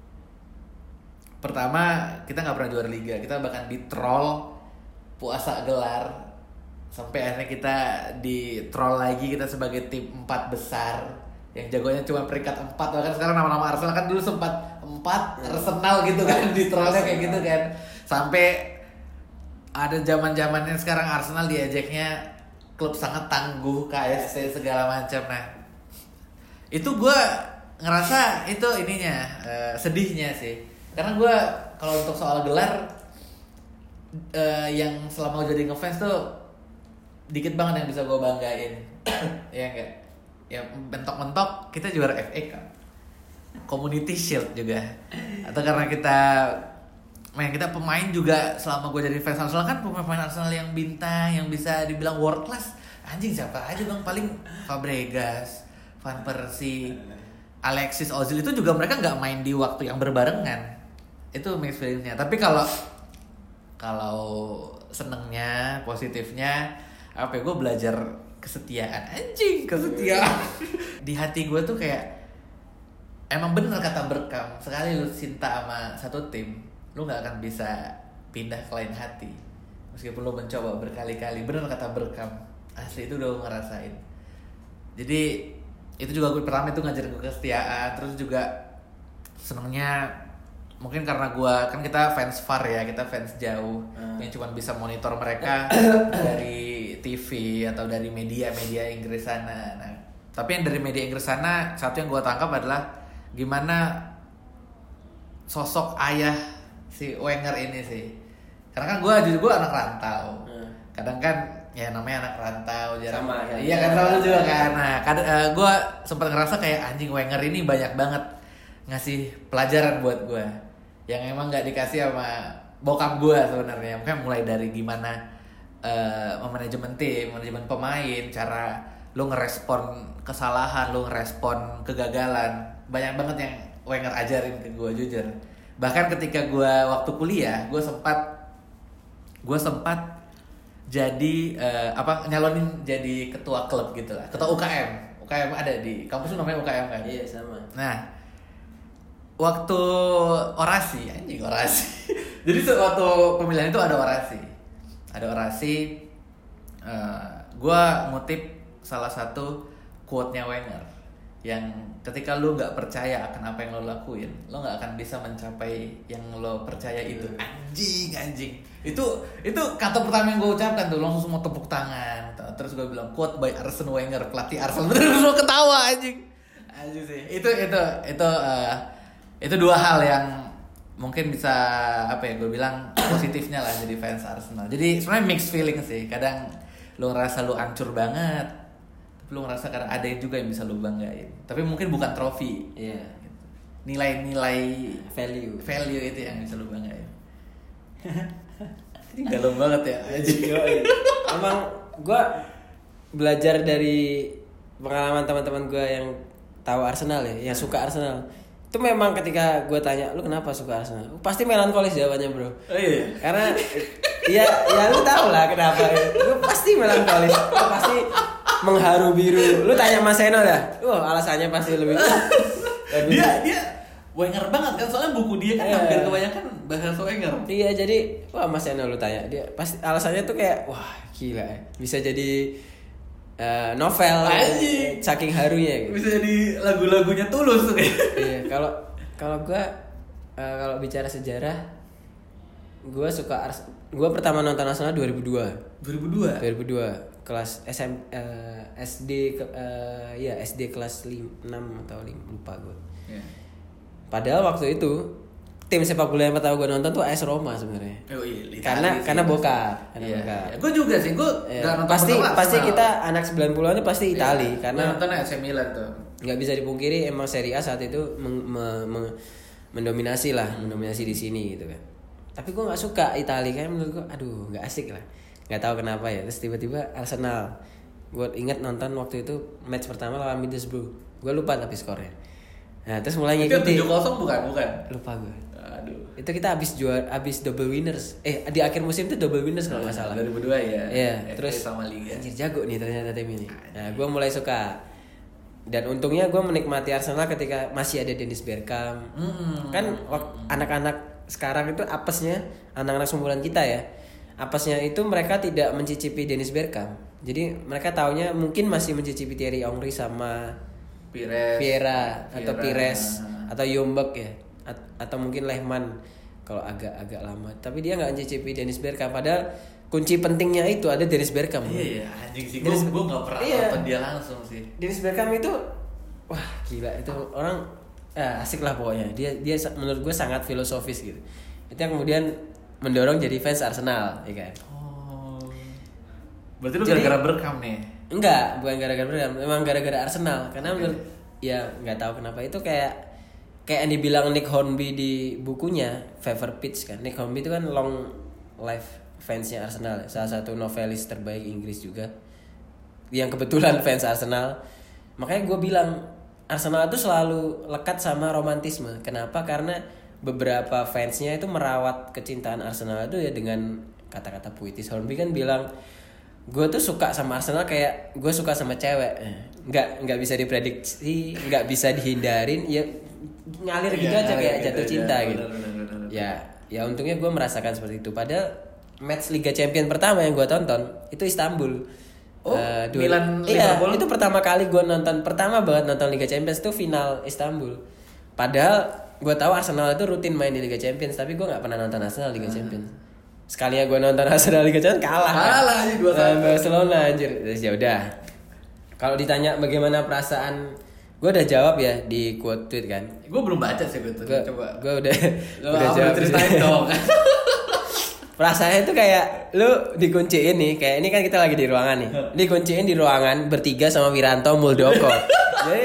pertama kita nggak pernah juara liga, kita bahkan di troll puasa gelar, sampai akhirnya kita di troll lagi kita sebagai tim empat besar yang jagonya cuma peringkat empat. Bahkan sekarang nama-nama Arsenal kan dulu sempat empat Arsenal gitu kan, di trollnya kayak gitu kan, sampai ada zaman-zamannya sekarang Arsenal diajaknya klub sangat tangguh, K S C segala macam. Nah itu gue ngerasa itu ininya uh, sedihnya sih, karena gue kalau untuk soal gelar uh, yang selama gue jadi ngefans tuh dikit banget yang bisa gue banggain. Ya enggak, ya mentok-mentok kita juara F A Cup, Community Shield juga, atau karena kita main kita pemain juga selama gue jadi fans Arsenal kan pemain Arsenal yang bintang yang bisa dibilang world class, anjing siapa aja bang, paling Fabregas, Van Persie, Alexis, Ozil itu juga mereka nggak main di waktu yang berbarengan. Itu mixed feelingnya. Tapi kalau kalau senengnya, positifnya, apa ya, gue belajar kesetiaan, anjing kesetiaan. Di hati gue tuh kayak emang bener kata Berkam, sekali lu cinta sama satu tim, lu nggak akan bisa pindah ke lain hati meskipun lu mencoba berkali-kali. Bener kata Berkam, asli itu udah gue ngerasain. Jadi itu juga gue pertama itu ngajarin gue kesetiaan. Terus juga senengnya mungkin karena gue kan kita fans far ya, kita fans jauh hmm. yang cuma bisa monitor mereka dari T V atau dari media-media Inggris sana. Nah, tapi yang dari media Inggris sana, satu yang gue tangkap adalah gimana sosok ayah si Wenger ini sih. Karena kan gue jujur gue anak rantau, hmm. kadang kan ya namanya anak rantau jarang. Sama kan? Iya kan sama juga kan. Nah, kadang uh, gue sempat ngerasa kayak anjing Wenger ini banyak banget ngasih pelajaran buat gue yang emang nggak dikasih sama bokap gue sebenarnya. Mungkin mulai dari gimana uh, manajemen tim, manajemen pemain, cara lo ngerespon kesalahan, lo ngerespon kegagalan, banyak banget yang Wenger ajarin ke gue jujur. Bahkan ketika gue waktu kuliah, gue sempat gue sempat jadi uh, apa nyalonin jadi ketua klub gitu lah, ketua U K M. U K M ada di kampus lu namanya U K M kan? Iya sama. Nah, waktu orasi, anjing orasi. Jadi waktu pemilihan itu ada orasi, ada orasi. Uh, gue ngutip salah satu quote-nya Wenger yang ketika lu nggak percaya akan apa yang lo lakuin, lo nggak akan bisa mencapai yang lo percaya itu. Anjing, anjing. Itu itu kata pertama yang gue ucapkan tuh, langsung semua tepuk tangan. Terus gue bilang quote by Arsene Wenger, pelatih Arsenal. Terus lo ketawa anjing. Anjing sih. Itu itu itu uh, itu dua hal yang mungkin bisa apa ya gue bilang positifnya lah jadi fans Arsenal. Jadi sebenarnya mixed feeling sih. Kadang lo ngerasa lo hancur banget, tapi lo ngerasa karena ada juga yang bisa lo banggain. Tapi mungkin bukan trofi. Iya. Yeah. Nilai-nilai value value itu yang bisa lo banggain. Ini dalam banget ya. Emang gue belajar dari pengalaman teman-teman gue yang tahu Arsenal ya, yang suka Arsenal. Itu memang ketika gue tanya, lu kenapa suka Arsenal? Pasti melankolis jawabannya bro. Oh iya. Karena ya ya lu tau lah kenapa. Lu pasti melankolis. Lu pasti mengharu biru. Lu tanya Mas Eno dah. Wah, alasannya pasti lebih. lebih dia dia Wenger banget kan, soalnya buku dia kan hampir yeah. kebanyakan bahasa Wenger. Iya, jadi wah Mas Eno lu tanya, dia pasti alasannya tuh kayak wah gila ya. Bisa jadi uh, novel Aji. saking harunya gitu. Bisa jadi lagu-lagunya Tulus tuh kayak. Iya, kalau kalau gua uh, kalau bicara sejarah gua suka Ars gua pertama nonton Arsenal dua ribu dua. dua ribu dua. dua ribu dua kelas S M uh, S D uh, ya S D kelas enam atau lima lupa gua. Yeah. Padahal waktu itu tim sepak bola yang pertama gue nonton tuh A S Roma sebenarnya. Oh iya, karena sih, karena bokap, karena iya, bokap. Iya. Gue juga sih, gue ya, pasti pasti kita anak sembilan puluhan itu pasti Itali, iya, karena nonton A C Milan tuh. Enggak bisa dipungkiri emang Serie A saat itu meng, me, me, mendominasi lah, hmm. mendominasi di sini gitu kan. Tapi gue enggak suka Itali kan, menurut gue aduh, enggak asik lah. Enggak tahu kenapa ya. Terus tiba-tiba Arsenal. Gue ingat nonton waktu itu match pertama lawan Middlesbrough. Gue lupa tapi skornya. Nah, terus mulai ngikutin. Itu tujuh kosong bukan, bukan. Lupa gue. Aduh. Itu kita habis juara, habis double winners. Eh, di akhir musim itu double winners kalau enggak salah. dua ribu dua ya. Iya, F A terus sama Liga. Anjir jago nih ternyata tim ini. Nah, gue mulai suka. Dan untungnya gue menikmati Arsenal ketika masih ada Dennis Bergkamp. Mm-hmm. Kan anak-anak sekarang itu apesnya, anak-anak seumuran kita ya. Apesnya itu mereka tidak mencicipi Dennis Bergkamp. Jadi mereka taunya mungkin masih mencicipi Thierry Henry sama Pires, Vieira atau Pires atau Yombek ya, A- atau mungkin Lehmann kalau agak-agak lama. Tapi dia nggak mencicipi Dennis Bergkamp. Padahal kunci pentingnya itu ada Dennis Bergkamp. Iya, iya anjing sih. Gue gue nggak pernah iya. nonton dia langsung sih. Dennis Bergkamp itu, wah gila itu orang eh, asik lah pokoknya. Dia dia menurut gue sangat filosofis gitu. Itu yang kemudian mendorong jadi fans Arsenal, ya kan? Oh. Berarti lu gara-gara Bergkamp nih? Enggak, bukan gara-gara Bergkamp, memang gara-gara Arsenal. Karena menurut ya nggak tahu kenapa itu kayak kayak yang dibilang Nick Hornby di bukunya Fever Pitch kan. Nick Hornby itu kan long life fansnya Arsenal, salah satu novelis terbaik Inggris juga, yang kebetulan fans Arsenal. Makanya gue bilang Arsenal itu selalu lekat sama romantisme. Kenapa? Karena beberapa fansnya itu merawat kecintaan Arsenal itu ya dengan kata-kata puitis. Hornby kan bilang gue tuh suka sama Arsenal kayak gue suka sama cewek, nggak nggak bisa diprediksi, nggak bisa dihindarin, ya ngalir gitu ya, aja kayak gitu, jatuh cinta ya, gitu. Bener, bener, bener. Ya ya untungnya gue merasakan seperti itu. Padahal match Liga Champions pertama yang gue tonton itu Istanbul. Oh, uh, Milan Liverpool. Iya, itu pertama kali gue nonton, pertama banget nonton Liga Champions itu final Istanbul. Padahal gue tahu Arsenal itu rutin main di Liga Champions, tapi gue nggak pernah nonton Arsenal Liga uh. Champions. Sekali ya gue nonton Arsenal Liga Champions kalah. Kalah aja dua satu. Barcelona anjir. Terus ya udah. Kalau ditanya bagaimana perasaan, gue udah jawab ya di quote tweet kan. Gue belum baca sih gue tuh. Gua, Coba. Gue udah. Lo udah jawab. Ceritain dong. Perasaannya tuh kayak lu dikunciin nih, kayak ini kan kita lagi di ruangan nih. Dikunciin di ruangan bertiga sama Wiranto Muldoko. Jadi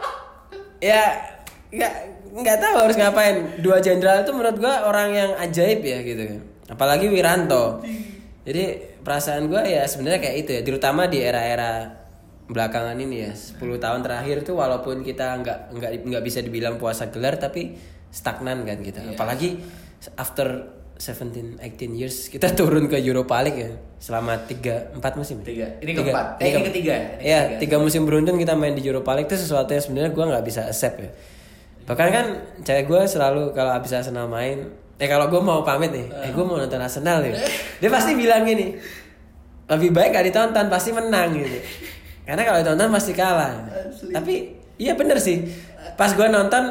ya nggak nggak tahu harus ngapain. Dua jenderal itu menurut gue orang yang ajaib ya gitu kan. Apalagi Wiranto. Jadi perasaan gue ya sebenarnya kayak itu ya, terutama di era-era belakangan ini ya, sepuluh tahun terakhir tuh walaupun kita nggak nggak nggak bisa dibilang puasa gelar tapi stagnan kan kita. Yeah. Apalagi after seventeen eighteen years kita turun ke Europa League ya selama tiga empat musim. tiga Ini keempat. Eh, ini ketiga. Iya, tiga musim beruntun kita main di Europa League itu sesuatu yang sebenarnya gue nggak bisa accept ya. Bahkan kan cewek gue selalu kalau abis Arsenal main, eh kalau gue mau pamit nih, uh. eh gue mau nonton Arsenal nih, dia pasti bilang gini, lebih baik gak ditonton, pasti menang gitu. Karena kalau ditonton pasti kalah. Asli. Tapi iya bener sih, pas gue nonton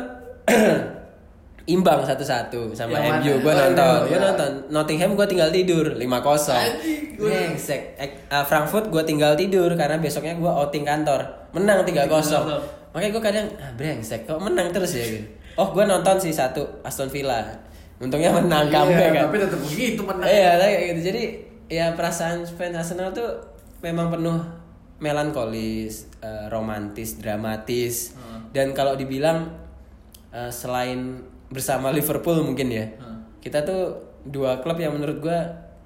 imbang satu-satu sama yang M U, gue nonton, oh, gue ya. nonton Nottingham gue tinggal tidur lima kosong. Brengsek. Uh, Frankfurt gue tinggal tidur karena besoknya gue outing kantor, menang tiga kosong. Makanya gue kadang ah brengsek kok menang terus ya gitu. Oh gue nonton sih satu Aston Villa. Untungnya menang comeback kan. Tapi tetap begitu menang. Iya, kayak gitu. Jadi ya perasaan fans Arsenal tuh memang penuh melankolis, uh, romantis, dramatis. Hmm. Dan kalau dibilang uh, selain bersama Liverpool mungkin ya. Hmm. Kita tuh dua klub yang menurut gua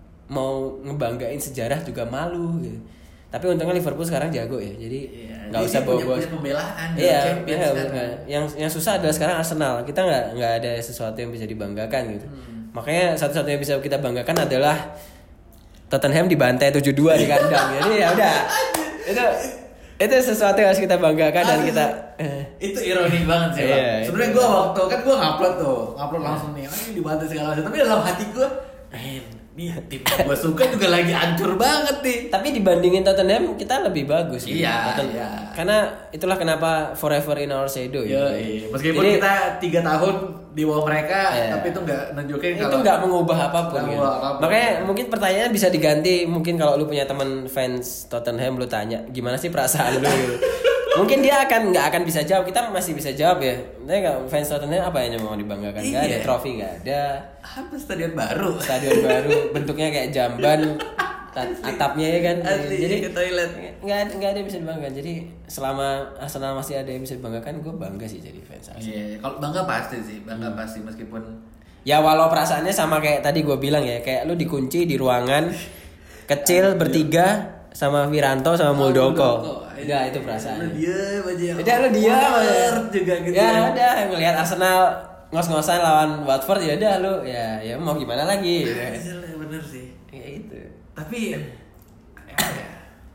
mau ngebanggain sejarah juga malu gitu. Tapi untungnya Liverpool sekarang jago ya. Jadi nggak yeah, usah bawa-bawa pembelaan. Iya, iya yang yang susah adalah sekarang Arsenal. Kita nggak nggak ada sesuatu yang bisa dibanggakan gitu. Hmm. Makanya satu-satunya yang bisa kita banggakan adalah Tottenham dibantai tujuh dua di kandang. Jadi ya udah. Itu itu sesuatu yang harus kita banggakan dan kita itu ironi banget sih, Bang. Yeah, sebenarnya gue waktu kan gue ngupload tuh, ngupload langsung nih, ah ini dibantai segala macam. Tapi dalam hati gue, men, nih tim gue suka juga lagi hancur banget nih. Tapi dibandingin Tottenham kita lebih bagus. Iya. Gitu. Iya. Karena itulah kenapa forever in our shadow. Iya. Iya. Meskipun jadi, kita tiga tahun di bawah mereka, iya. Tapi itu nggak nunjukin kalau itu nggak mengubah apapun. Gitu. apapun. Makanya mungkin pertanyaan bisa diganti. Mungkin kalau lu punya teman fans Tottenham, lu tanya gimana sih perasaan lu. Gitu. Mungkin dia akan nggak akan bisa jawab, kita masih bisa jawab ya. Nanti nggak fans Tottenham apa yang mau dibanggakan? Nggak iya. Ada trofi, nggak ada. Apa stadion baru? Stadion baru, bentuknya kayak jamban, atapnya ya kan. Asli, jadi ke toilet. Nggak nggak ada yang bisa dibanggakan. Jadi selama Arsenal masih ada yang bisa dibanggakan, gue bangga sih jadi fans Arsenal. Iya, kalau bangga pasti sih, bangga hmm. pasti meskipun. Ya walau perasaannya sama kayak tadi gue bilang ya, kayak lu dikunci di ruangan kecil bertiga. Sama Wiranto sama Muldoko. Udah itu perasaan. Lu diam aja. Udah lu diam aja juga gitu. Ya udah ngelihat Arsenal ngos-ngosan lawan Watford ya udah lu ya ya mau gimana lagi. Ya. Bener sih. Ya itu. Tapi ya, ya.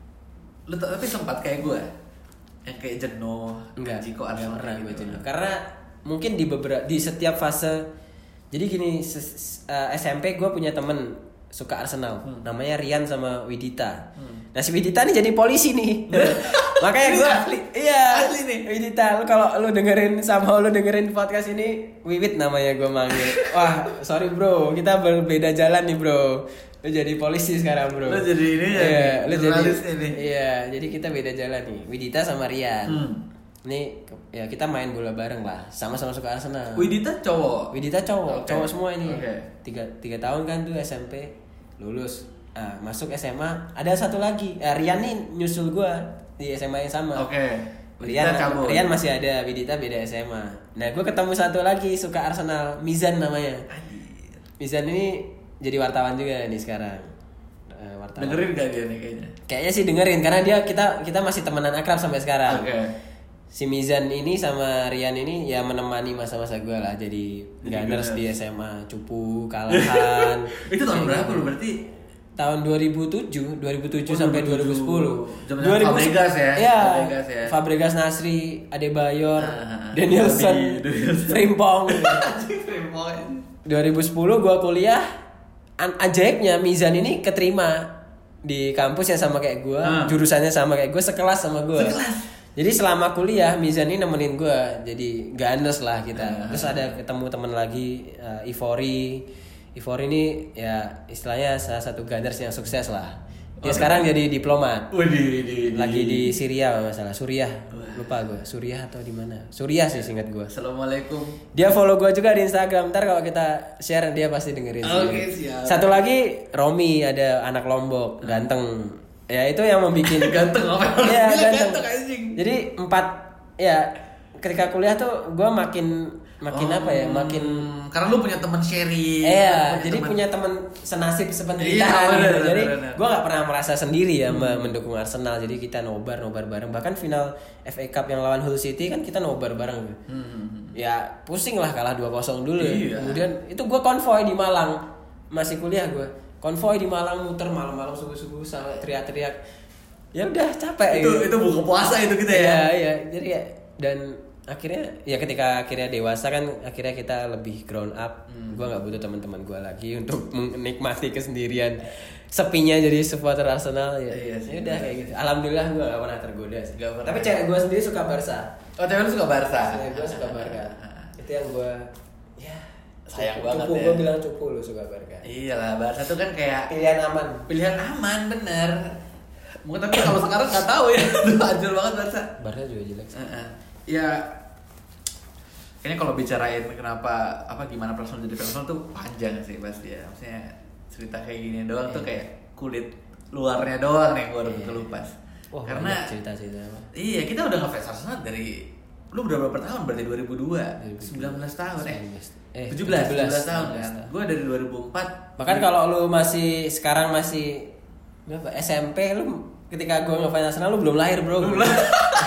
Lu tapi sempat kayak gue yang kayak jenuh. Enggak. Jiko Arsenal pernah gue jenuh. Karena mungkin di beberapa di setiap fase. Jadi gini uh, S M P gue punya temen suka Arsenal, hmm. namanya Rian sama Widita. Hmm. Nah si Widita nih jadi polisi nih, makanya gue asli, iya asli nih. Widita, lu kalau lu dengerin sama lu dengerin podcast ini, Wiwit namanya gue manggil. Wah sorry bro, kita berbeda jalan nih bro. Lu jadi polisi sekarang bro. Lu jadi ini ya, iya, lu jadi, ini. Iya, jadi kita beda jalan nih. Widita sama Rian. Hmm. Nih ya kita main bola bareng lah, sama-sama suka Arsenal. Widita cowok. Widita cowok, okay. Cowok semua ini. Okay. Tiga tiga tahun kan tuh S M P lulus, ah, masuk S M A. Ada satu lagi, eh, Rian nih nyusul gue di S M A yang sama. Oke. Okay. Rian, Rian masih ada, Widita beda S M A. Nah gue ketemu satu lagi suka Arsenal, Mizan namanya. Anjir. Mizan ini jadi wartawan juga nih sekarang. Uh, wartawan. Dengerin gak dia nih kayaknya? Kayaknya sih dengerin karena dia kita kita masih temenan akrab sampai sekarang. Oke. Okay. Si Mizan ini sama Rian ini ya menemani masa-masa gue lah, jadi Gunners di S M A, cupu, kalahan. Itu tahun berapa lu berarti? tahun dua ribu tujuh sampai dua ribu sepuluh. Zaman Fabregas ya. Iya. Fabregas ya. Fabregas, Nasri, Adebayor, uh, Danielson, Frimpong. Frimpong. dua ribu sepuluh gua kuliah, an- ajaibnya Mizan ini keterima di kampus yang sama kayak gua, uh. jurusannya sama kayak gua, sekelas sama gua. Sekelas. Jadi selama kuliah Mizan ini nemenin gua, jadi ganes lah kita. Uh. Terus ada ketemu teman lagi, uh, Ivory. Ivory ini ya istilahnya salah satu gunners yang sukses lah. Dia oh, sekarang jadi diplomat. Oh, di, di, di, lagi di Syria kalau masalah. Suriah. Lupa gue. Suriah atau di mana? Suriah sih seingat gue. Assalamualaikum. Dia follow gue juga di Instagram. Ntar kalau kita share dia pasti dengerin. Oke, okay, siap. Satu lagi Romi, ada anak Lombok, ganteng. Ya itu yang membuat ganteng apa? Iya, ganteng. ganteng Jadi empat ya ketika kuliah tuh gue makin makin oh, apa ya makin karena lu punya teman sharing iya jadi temen... punya teman senasib sependeritaan iya, gitu. Jadi gue nggak pernah merasa sendiri ya hmm. mendukung Arsenal, jadi kita nobar nobar bareng, bahkan final F A Cup yang lawan Hull City kan kita nobar bareng hmm. ya pusing lah kalah dua kosong dulu iya. Kemudian itu gue konvoy di Malang, masih kuliah gue konvoy di Malang, muter malam-malam subuh-subuh sampai teriak-teriak, ya udah capek itu gitu. Itu buka puasa itu kita ya iya iya jadi ya dan akhirnya ya ketika akhirnya dewasa kan akhirnya kita lebih grown up. hmm. Gue nggak butuh teman-teman gue lagi untuk menikmati kesendirian sepinya jadi supporter Arsenal ya. Iya sih, udah kayak gitu. Alhamdulillah gue gak pernah tergoda sih. Gak pernah. Tapi cewek gue sendiri suka Barca. Oh, cewek lu suka Barca? Cewek gue suka Barca. Itu yang gue ya sayang cupu, banget cupu ya. Gue bilang cupu lu suka Barca. Iyalah, Barca tuh kan kayak pilihan aman. Pilihan aman bener. Mungkin tapi kalau sekarang nggak tahu ya. Lu hancur banget Barca. Barca juga jelek sih. Uh-uh. Ya kayaknya kalau bicarain kenapa apa gimana personal jadi personal tuh panjang sih pasti ya. Maksudnya cerita kayak gini doang yeah. tuh kayak kulit luarnya doang nih gua udah yeah. kelupas. Oh, karena cerita-cerita apa? Iya, kita udah ngefans Arsenal dari lu udah berapa tahun berarti dua ribu dua, sembilan belas tahun eh. eh tujuh belas, tujuh belas tahun kan. Gua dari dua ribu empat. Bahkan kalau lu masih sekarang masih berapa S M P lu ketika gue ngefans Arsenal lu belum lahir bro. Belum lahir.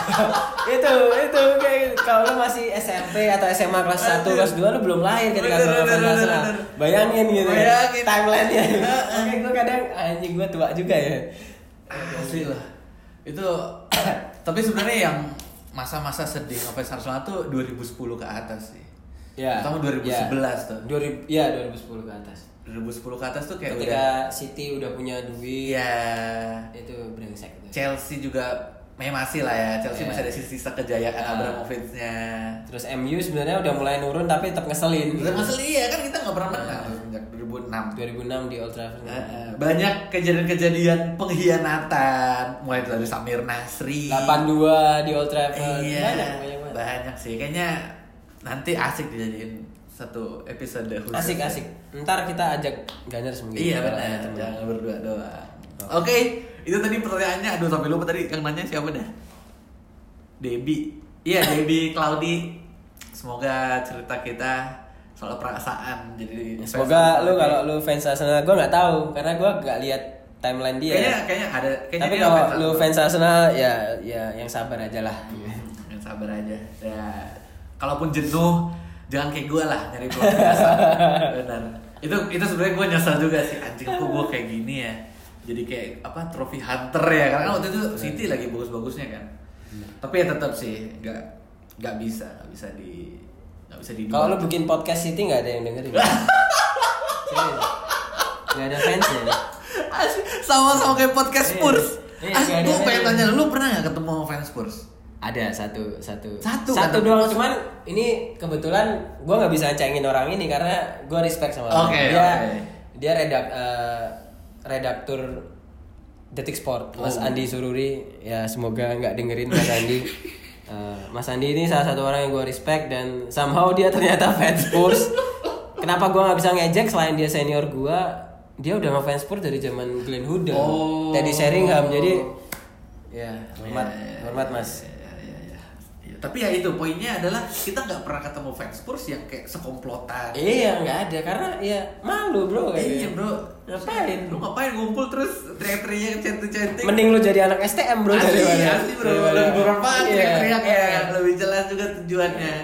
itu itu kayak kalau lu masih S M P atau S M A kelas satu kelas dua lu belum lahir ketika gue ngefans Arsenal. Bayangin gitu. Bayangin. Timeline-nya. Oke gue kadang anjing gue tua juga ya. Asli lah. Itu tapi sebenarnya yang masa-masa sedih ngefans Arsenal tuh dua ribu sepuluh ke atas sih. Ya. Pertama dua ribu sebelas ya. Tuh. dua ribu ya dua ribu sepuluh ke atas. dua ribu sepuluh ke atas tuh kayak ketika udah City udah punya duit. Iya. Itu brengsek. Chelsea juga ya masih lah ya. Chelsea yeah. masih ada sisa-sisa kejayaan yeah. Abramovich-nya. Terus M U sebenarnya udah mulai nurun tapi tetap ngeselin. Tetap ngeselin ya kan kita enggak pernah menang sejak dua ribu enam. dua ribu enam di Old Trafford. Uh, banyak kejadian-kejadian pengkhianatan mulai dari Samir Nasri. delapan dua di Old Trafford. Iya. Banyak, banyak, banyak. Banyak sih. Kayaknya nanti asik dijadiin satu episode khusus. Asik-asik. Ntar kita ajak Gunners mungkin. Iya benar. Jangan berdua doang. Oke, okay, itu tadi pertanyaannya. Aduh, sampai lupa tadi yang nanya siapa dah? Debbie. Iya, Debbie Claudi. Semoga cerita kita soal perasaan jadi semoga lu kalau lu fans Arsenal, gue nggak tahu karena gue nggak lihat timeline dia. Kayaknya kayaknya ada. Kayaknya tapi kalau lu fans Arsenal ya ya yang sabar aja lah. Yang sabar aja. Ya, kalaupun jenuh jangan kayak gue lah nyari pelampiasan. Benar. Itu itu sebenarnya gue nyesal juga sih, anjing kok gue kayak gini ya. Jadi kayak apa trophy hunter ya, karena waktu itu City lagi bagus-bagusnya kan. Hmm. Tapi ya tetap sih nggak nggak bisa nggak bisa di nggak bisa di. Kalau lu bikin podcast City nggak ada yang dengerin. Nggak ada fans ya. Sama-sama kayak podcast Spurs. Eh, eh, gue pengen tanya lu pernah nggak ketemu fans Spurs? Ada satu satu satu satu doang, cuman ini kebetulan gue nggak bisa cengin orang ini karena gue respect sama okay, dia. Okay. Dia redak uh, redaktur Detik Sport, Mas oh. Andi Sururi. Ya semoga nggak dengerin Mas Andi. uh, Mas Andi ini salah satu orang yang gue respect dan somehow dia ternyata fans Spurs. Kenapa gue nggak bisa ngejek selain dia senior gue? Dia udah ngefans Spurs dari zaman Glenn Hoddle, oh. Teddy Sheringham. Jadi ya hormat, yeah, yeah, hormat Mas. Yeah, yeah. Tapi ya itu poinnya adalah kita nggak pernah ketemu fans Spurs yang kayak sekomplotan. Iya nggak ada karena ya malu bro. Iya bro. Ngapain? Lu ngapain ngumpul terus teriak-teriak cantik-cantik? Mending lu jadi anak S T M bro. Asli, asli bro. Lebih bermanfaat teriak-teriak ya. Lebih jelas juga tujuannya.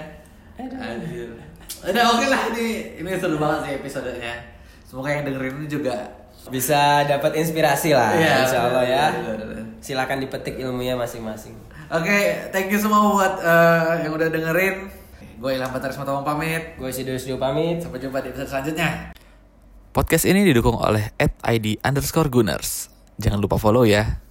Aduh. Udah oke lah ini ini seru banget sih episodenya. Semoga yang dengerin ini juga bisa dapat inspirasi lah, yeah, insya Allah ya. bener, bener. Silakan dipetik ilmunya masing-masing. Oke, okay, thank you semua buat uh, yang udah dengerin. Gue Ilham Bataris Matawang pamit. Gue Sidious Dio pamit. Sampai jumpa di episode selanjutnya. Podcast ini didukung oleh at id underscore Gunners. Jangan lupa follow ya.